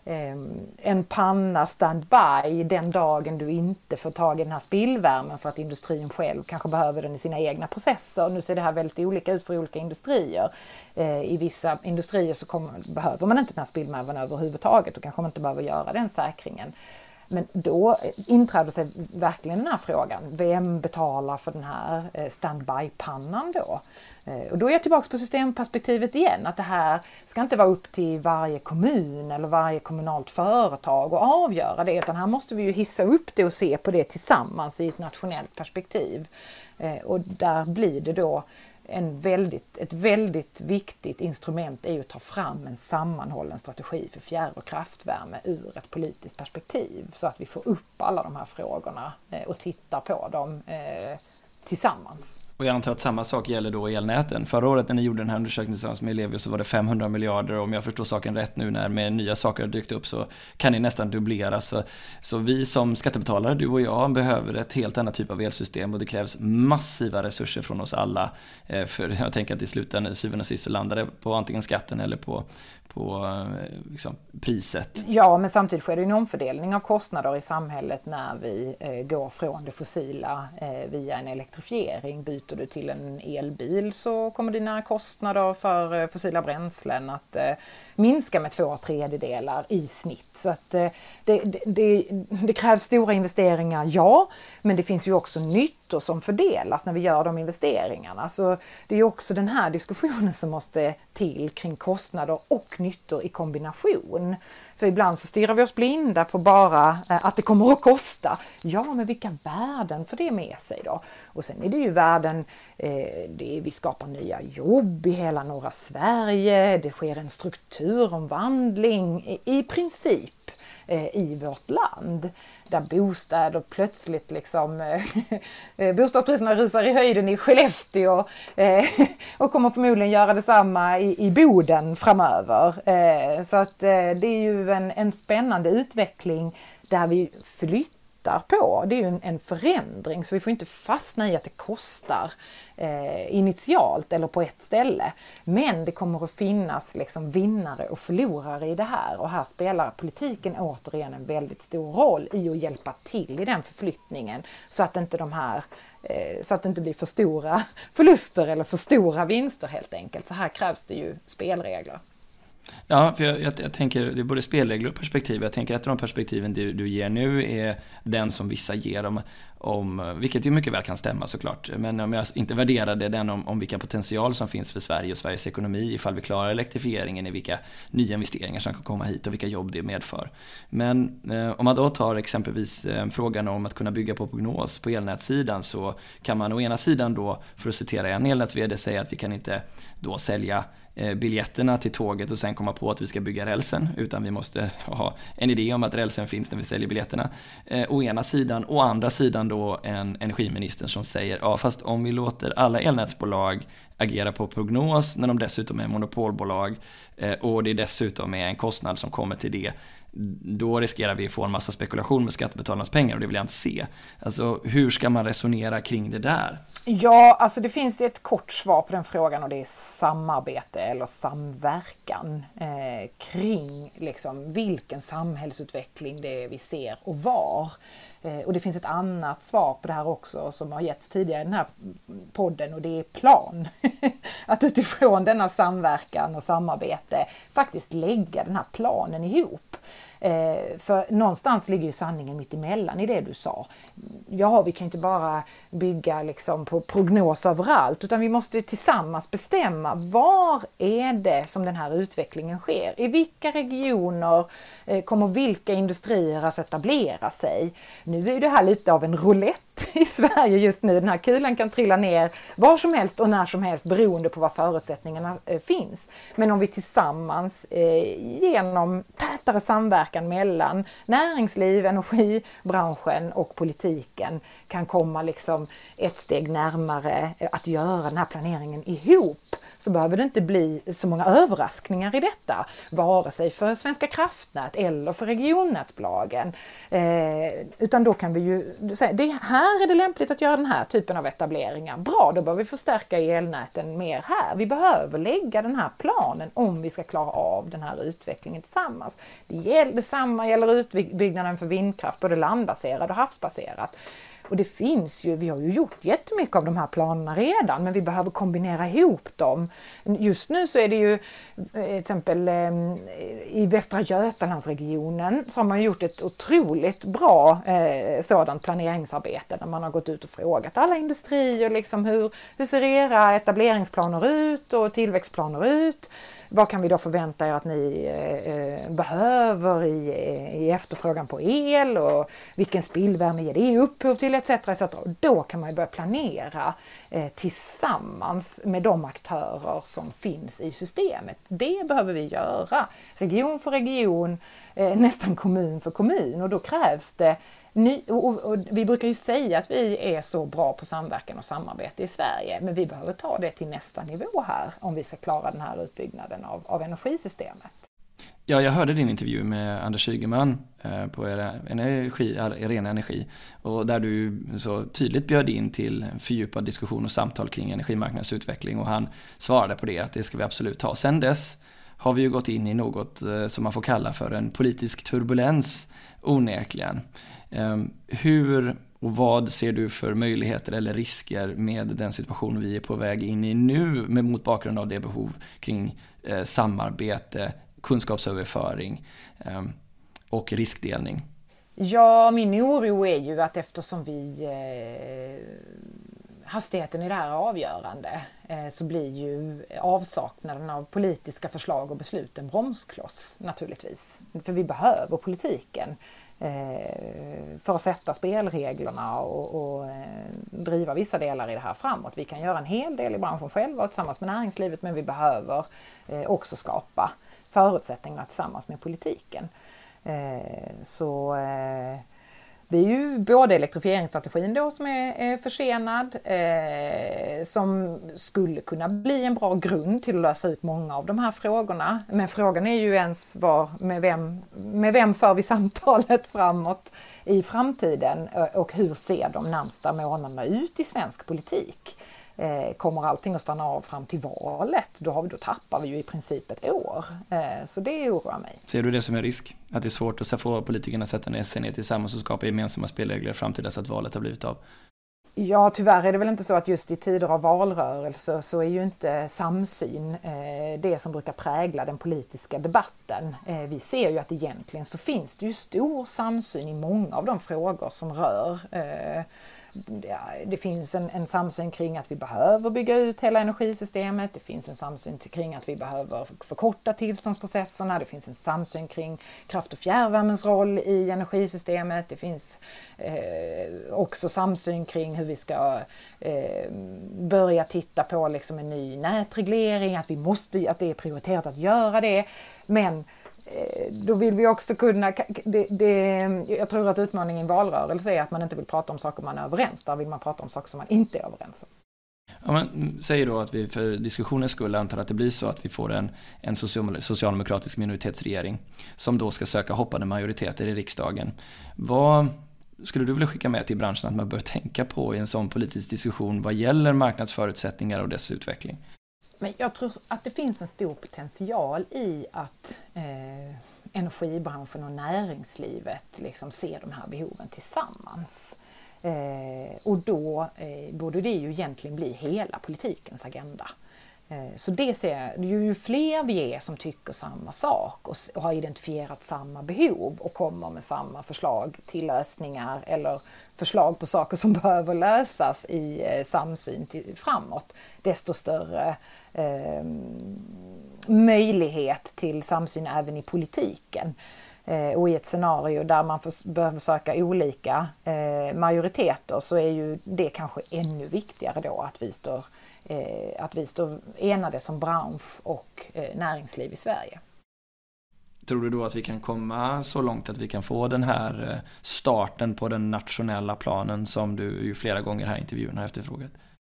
en panna standby den dagen du inte får tag i den här spillvärmen för att industrin själv kanske behöver den i sina egna processer. Nu ser det här väldigt olika ut för olika industrier. I vissa industrier så kommer, behöver man inte den här spillvärmen överhuvudtaget och kanske man inte behöver göra den säkringen. Men då inträder sig verkligen den här frågan. Vem betalar för den här standby-pannan då? Och då är jag tillbaka på systemperspektivet igen. Att det här ska inte vara upp till varje kommun eller varje kommunalt företag att avgöra det. Utan här måste vi ju hissa upp det och se på det tillsammans i ett nationellt perspektiv. Och där blir det då en väldigt, ett väldigt viktigt instrument är ju att ta fram en sammanhållen strategi för fjärr- och kraftvärme ur ett politiskt perspektiv. Så att vi får upp alla de här frågorna och tittar på dem eh, tillsammans. Och jag antar att samma sak gäller då elnäten. Förra året när ni gjorde den här undersökningen tillsammans med Ellevio så var det femhundra miljarder. Om jag förstår saken rätt nu när med nya saker har dykt upp så kan det nästan dubbleras. Så, så vi som skattebetalare, du och jag, behöver ett helt annat typ av elsystem och det krävs massiva resurser från oss alla. För jag tänker att i slutändan, syvende och sist, så landar det på antingen skatten eller på, på liksom, priset. Ja, men samtidigt sker det en omfördelning av kostnader i samhället när vi eh, går från det fossila eh, via en elektrifiering, byter byter du till en elbil så kommer dina kostnader för fossila bränslen att eh, minska med två tredjedelar i snitt. Så att eh, det, det, det, det krävs stora investeringar, ja, men det finns ju också nyttor som fördelas när vi gör de investeringarna. Så det är också den här diskussionen som måste till kring kostnader och nyttor i kombination. För ibland så stirrar vi oss blinda på bara att det kommer att kosta. Ja, men vilka värden för det med sig då? Och sen är det ju värden, eh, det är, vi skapar nya jobb i hela norra Sverige. Det sker en strukturomvandling i, i princip eh, i vårt land. Där bostäder plötsligt liksom, eh, bostadspriserna rusar i höjden i Skellefteå eh, och kommer förmodligen göra detsamma i, i Boden framöver. Eh, så att eh, det är ju en, en spännande utveckling där vi flyttar på. Det är ju en, en förändring, så vi får inte fastna i att det kostar eh, initialt eller på ett ställe. Men det kommer att finnas liksom vinnare och förlorare i det här, och här spelar politiken återigen en väldigt stor roll i att hjälpa till i den förflyttningen, så att inte de här eh, så att det inte blir för stora förluster eller för stora vinster helt enkelt. Så här krävs det ju spelregler. Ja, för jag, jag, jag tänker, det är både spelregler och perspektiv. Jag tänker att de perspektiven du, du ger nu är den som vissa ger om, om, vilket ju mycket väl kan stämma såklart. Men om jag inte värderade den om, om vilka potential som finns för Sverige och Sveriges ekonomi ifall vi klarar elektrifieringen, i vilka nya investeringar som kan komma hit och vilka jobb det medför. Men eh, om man då tar exempelvis eh, frågan om att kunna bygga på prognos på elnätssidan, så kan man å ena sidan då, för att citera en elnäts-vd, säga att vi kan inte då sälja biljetterna till tåget och sen komma på att vi ska bygga rälsen, utan vi måste ha en idé om att rälsen finns när vi säljer biljetterna. Eh, å ena sidan, å andra sidan då en energiminister som säger, ja fast om vi låter alla elnätsbolag agera på prognos när de dessutom är monopolbolag eh, och det dessutom är en kostnad som kommer till det, då riskerar vi att få en massa spekulation med skattebetalarnas pengar, och det vill jag inte se. Alltså, hur ska man resonera kring det där? Ja, alltså det finns ett kort svar på den frågan, och det är samarbete eller samverkan eh, kring liksom vilken samhällsutveckling det är vi ser och var. Eh, och det finns ett annat svar på det här också som har getts tidigare i den här podden, och det är plan. Att utifrån denna samverkan och samarbete faktiskt lägga den här planen ihop. Eh, för någonstans ligger ju sanningen mitt emellan i det du sa. Ja, vi kan inte bara bygga liksom på prognos överallt, utan vi måste tillsammans bestämma var är det som den här utvecklingen sker. I vilka regioner eh, kommer vilka industrier att etablera sig. Nu är det här lite av en roulette i Sverige just nu. Den här kulan kan trilla ner var som helst och när som helst beroende på vad förutsättningarna eh, finns. Men om vi tillsammans eh, genom tätare samverkan mellan näringsliv, energibranschen och politiken kan komma liksom ett steg närmare att göra den här planeringen ihop, så behöver det inte bli så många överraskningar i detta, vare sig för Svenska kraftnät eller för regionnätsbolagen. Eh, utan då kan vi ju säga, det här är det lämpligt att göra den här typen av etableringar. Bra, då behöver vi förstärka elnäten mer här. Vi behöver lägga den här planen om vi ska klara av den här utvecklingen tillsammans. Det gäller, detsamma gäller utbyggnaden för vindkraft, både landbaserad och havsbaserat. Och det finns ju, vi har ju gjort jättemycket av de här planerna redan, men vi behöver kombinera ihop dem. Just nu så är det ju till exempel i Västra Götalandsregionen så har man gjort ett otroligt bra eh, sådant planeringsarbete där man har gått ut och frågat alla industrier liksom hur, hur ser era etableringsplaner ut och tillväxtplaner ut. Vad kan vi då förvänta er att ni eh, behöver i, i efterfrågan på el, och vilken spillvärme ger det upphov till et cetera et cetera. Och då kan man ju börja planera eh, tillsammans med de aktörer som finns i systemet. Det behöver vi göra region för region, eh, nästan kommun för kommun, och då krävs det Ny, och, och, och vi brukar ju säga att vi är så bra på samverkan och samarbete i Sverige, men vi behöver ta det till nästa nivå här om vi ska klara den här utbyggnaden av, av energisystemet. Ja, jag hörde din intervju med Anders Ygeman eh, på energi, Arena Energi, och där du så tydligt bjöd in till fördjupad diskussion och samtal kring energimarknadens utveckling, och han svarade på det att det ska vi absolut ta. Sen dess har vi ju gått in i något eh, som man får kalla för en politisk turbulens onekligen. Um, hur Och vad ser du för möjligheter eller risker med den situation vi är på väg in i nu med mot bakgrund av det behov kring eh, samarbete, kunskapsöverföring eh, och riskdelning? Ja, min oro är ju att eftersom vi eh, hastigheten i det här är avgörande eh, så blir ju avsaknaden av politiska förslag och beslut en bromskloss naturligtvis. För vi behöver politiken eh, för att sätta spelreglerna och, och eh, driva vissa delar i det här framåt. Vi kan göra en hel del i branschen själva och tillsammans med näringslivet, men vi behöver eh, också skapa förutsättningar tillsammans med politiken. Eh, så eh, det är ju både elektrifieringsstrategin då som är, är försenad, eh, som skulle kunna bli en bra grund till att lösa ut många av de här frågorna. Men frågan är ju ens var, med, vem, med vem för vi samtalet framåt i framtiden och hur ser de närmsta månaderna ut i svensk politik? Eh, kommer allting att stanna av fram till valet, då, har vi, då tappar vi ju i princip ett år. Eh, så det oroar mig. Ser du det som en risk? Att det är svårt att få politikerna att sätta ner sig ner tillsammans och skapa gemensamma spelregler fram till dess att valet har blivit av? Ja, tyvärr är det väl inte så att just i tider av valrörelse så är ju inte samsyn eh, det som brukar prägla den politiska debatten. Eh, vi ser ju att egentligen så finns det ju stor samsyn i många av de frågor som rör eh, det finns en, en samsyn kring att vi behöver bygga ut hela energisystemet. Det finns en samsyn kring att vi behöver förkorta tillståndsprocesserna. Det finns en samsyn kring kraft- och fjärrvärmens roll i energisystemet. Det finns eh, också samsyn kring hur vi ska eh, börja titta på liksom en ny nätreglering. Att, vi måste, att det är prioriterat att göra det. Men då vill vi också kunna, det, det, jag tror att utmaningen i valrörelse är att man inte vill prata om saker man är överens, där vill man prata om saker som man inte är överens om. Ja, men säger då att vi för diskussionens skull antar att det blir så att vi får en, en socialdemokratisk minoritetsregering som då ska söka hoppande majoriteter i riksdagen. Vad skulle du vilja skicka med till branschen att man bör tänka på i en sån politisk diskussion vad gäller marknadsförutsättningar och dess utveckling? Men jag tror att det finns en stor potential i att eh, energibranschen och näringslivet liksom ser de här behoven tillsammans. Eh, och då eh, borde det ju egentligen bli hela politikens agenda. Eh, så det ser jag, ju fler vi är som tycker samma sak och, och har identifierat samma behov och kommer med samma förslag till lösningar eller förslag på saker som behöver lösas i eh, samsyn till, framåt, desto större eh, möjlighet till samsyn även i politiken. Eh, och i ett scenario där man för, behöver söka olika eh, majoriteter så är ju det kanske ännu viktigare då att vi står, eh, att vi står enade som bransch och eh, näringsliv i Sverige. Tror du då att vi kan komma så långt att vi kan få den här starten på den nationella planen som du ju flera gånger här i intervjun har efterfrågat?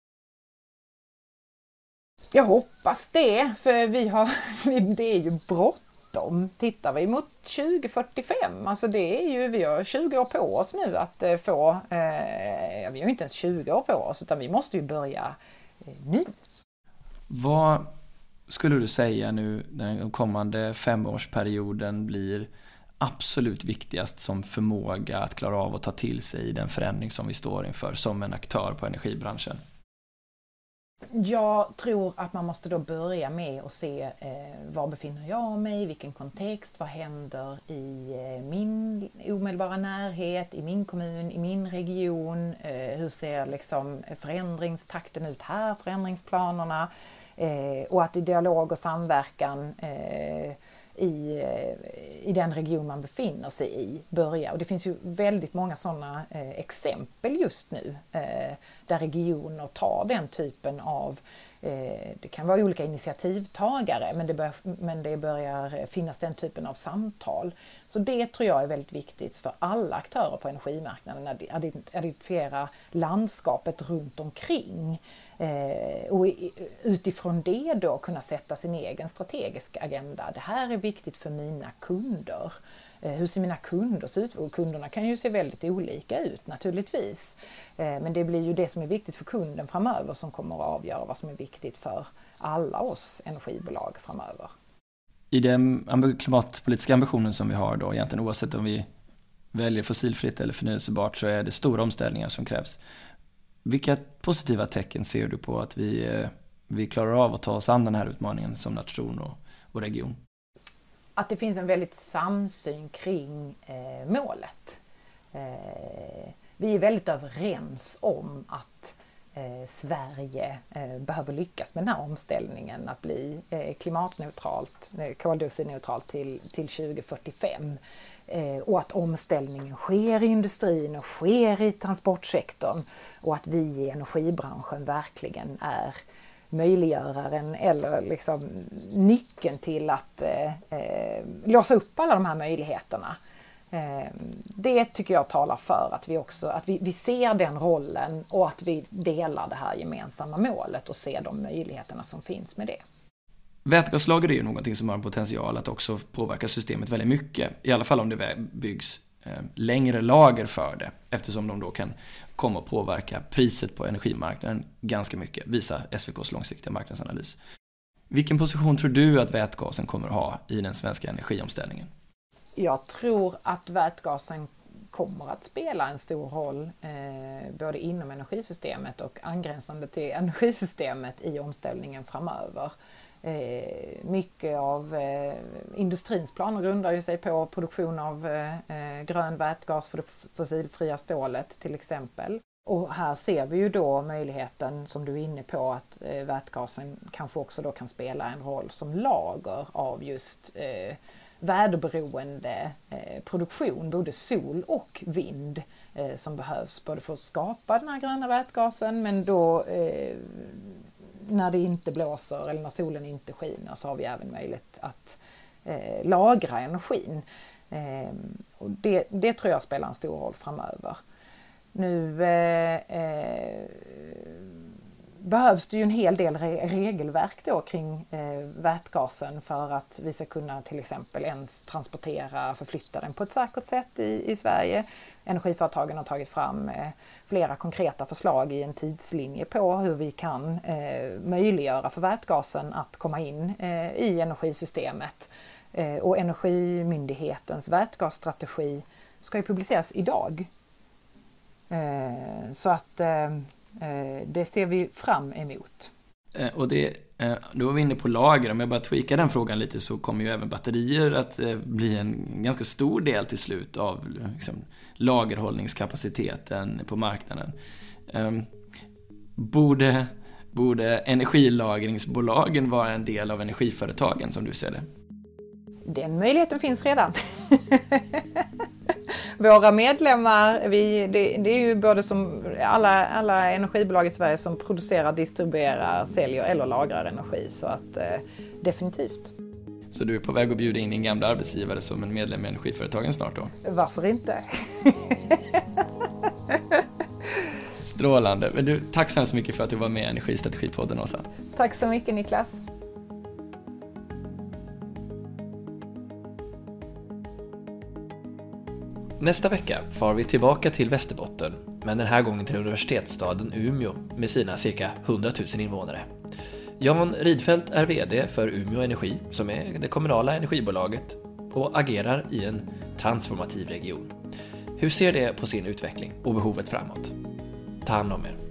Jag hoppas det, för vi har, det är ju bråttom. Tittar vi mot tjugo fyrtiofem, alltså det är ju, vi har tjugo år på oss nu att få, eh, vi har ju inte ens tjugo år på oss utan vi måste ju börja eh, nu. Vad skulle du säga nu den kommande femårsperioden blir absolut viktigast som förmåga att klara av att ta till sig den förändring som vi står inför som en aktör på energibranschen? Jag tror att man måste då börja med att se eh, var befinner jag mig, i vilken kontext, vad händer i eh, min omedelbara närhet, i min kommun, i min region, eh, hur ser liksom förändringstakten ut här, förändringsplanerna, eh, och att i dialog och samverkan eh, i, i den region man befinner sig i börja. Och det finns ju väldigt många sådana eh, exempel just nu eh, där regioner tar den typen av, eh, det kan vara olika initiativtagare, men det, bör, men det börjar finnas den typen av samtal. Så det tror jag är väldigt viktigt för alla aktörer på energimarknaden, att identifiera landskapet runt omkring. Eh, och utifrån det då kunna sätta sin egen strategiska agenda. Det här är viktigt för mina kunder. Eh, hur ser mina kunder se ut? Och kunderna kan ju se väldigt olika ut naturligtvis. Eh, men det blir ju det som är viktigt för kunden framöver som kommer att avgöra vad som är viktigt för alla oss energibolag framöver. I den klimatpolitiska ambitionen som vi har då, egentligen oavsett om vi väljer fossilfritt eller förnyelsebart så är det stora omställningar som krävs. Vilka positiva tecken ser du på att vi, vi klarar av att ta oss an den här utmaningen som nation och, och region? Att det finns en väldigt samsyn kring eh, målet. Eh, vi är väldigt överens om att eh, Sverige eh, behöver lyckas med den här omställningen att bli eh, klimatneutralt, eh, koldioxidneutralt till, till tjugo fyrtiofem. Eh, och att omställningen sker i industrin och sker i transportsektorn och att vi i energibranschen verkligen är möjliggöraren eller liksom nyckeln till att eh, eh, låsa upp alla de här möjligheterna. Eh, det tycker jag talar för att vi också att vi, vi ser den rollen och att vi delar det här gemensamma målet och ser de möjligheterna som finns med det. Vätgaslager är ju någonting som har en potential att också påverka systemet väldigt mycket. I alla fall om det byggs eh, längre lager för det. Eftersom de då kan komma att påverka priset på energimarknaden ganska mycket. Visar S V K:s långsiktiga marknadsanalys. Vilken position tror du att vätgasen kommer att ha i den svenska energiomställningen? Jag tror att vätgasen kommer att spela en stor roll eh, både inom energisystemet och angränsande till energisystemet i omställningen framöver. Eh, mycket av eh, industrins planer grundar ju sig på produktion av eh, grön vätgas för det fossilfria stålet till exempel. Och här ser vi ju då möjligheten som du är inne på att eh, vätgasen kanske också då kan spela en roll som lager av just eh, väderberoende eh, produktion, både sol och vind eh, som behövs både för att skapa den här gröna vätgasen men då eh, när det inte blåser eller när solen inte skiner så har vi även möjlighet att eh, lagra energin. Eh, och det, det tror jag spelar en stor roll framöver. Nu eh, eh, behövs det ju en hel del re- regelverk då kring eh, vätgasen för att vi ska kunna till exempel ens transportera, förflytta den på ett säkert sätt i, i Sverige. Energiföretagen har tagit fram eh, flera konkreta förslag i en tidslinje på hur vi kan eh, möjliggöra för vätgasen att komma in eh, i energisystemet. Eh, och Energimyndighetens vätgasstrategi ska ju publiceras idag. Eh, så att eh, det ser vi fram emot. Och det, då var vi inne på lager. Om jag bara tweakar den frågan lite så kommer ju även batterier att bli en ganska stor del till slut av liksom, lagerhållningskapaciteten på marknaden. Borde, borde energilagringsbolagen vara en del av energiföretagen som du ser det? Den möjligheten finns redan. Våra medlemmar, vi, det, det är ju både som alla, alla energibolag i Sverige som producerar, distribuerar, säljer eller lagrar energi. Så att eh, definitivt. Så du är på väg att bjuda in din gamla arbetsgivare som en medlem i energiföretagen snart då? Varför inte? Strålande. Men du, tack så hemskt mycket för att du var med i Energistrategipodden, Åsa. Tack så mycket, Niklas. Nästa vecka far vi tillbaka till Västerbotten, men den här gången till universitetsstaden Umeå med sina cirka hundratusen invånare. Jan Ridfelt är vd för Umeå Energi, som är det kommunala energibolaget, och agerar i en transformativ region. Hur ser det på sin utveckling och behovet framåt? Ta hand om er.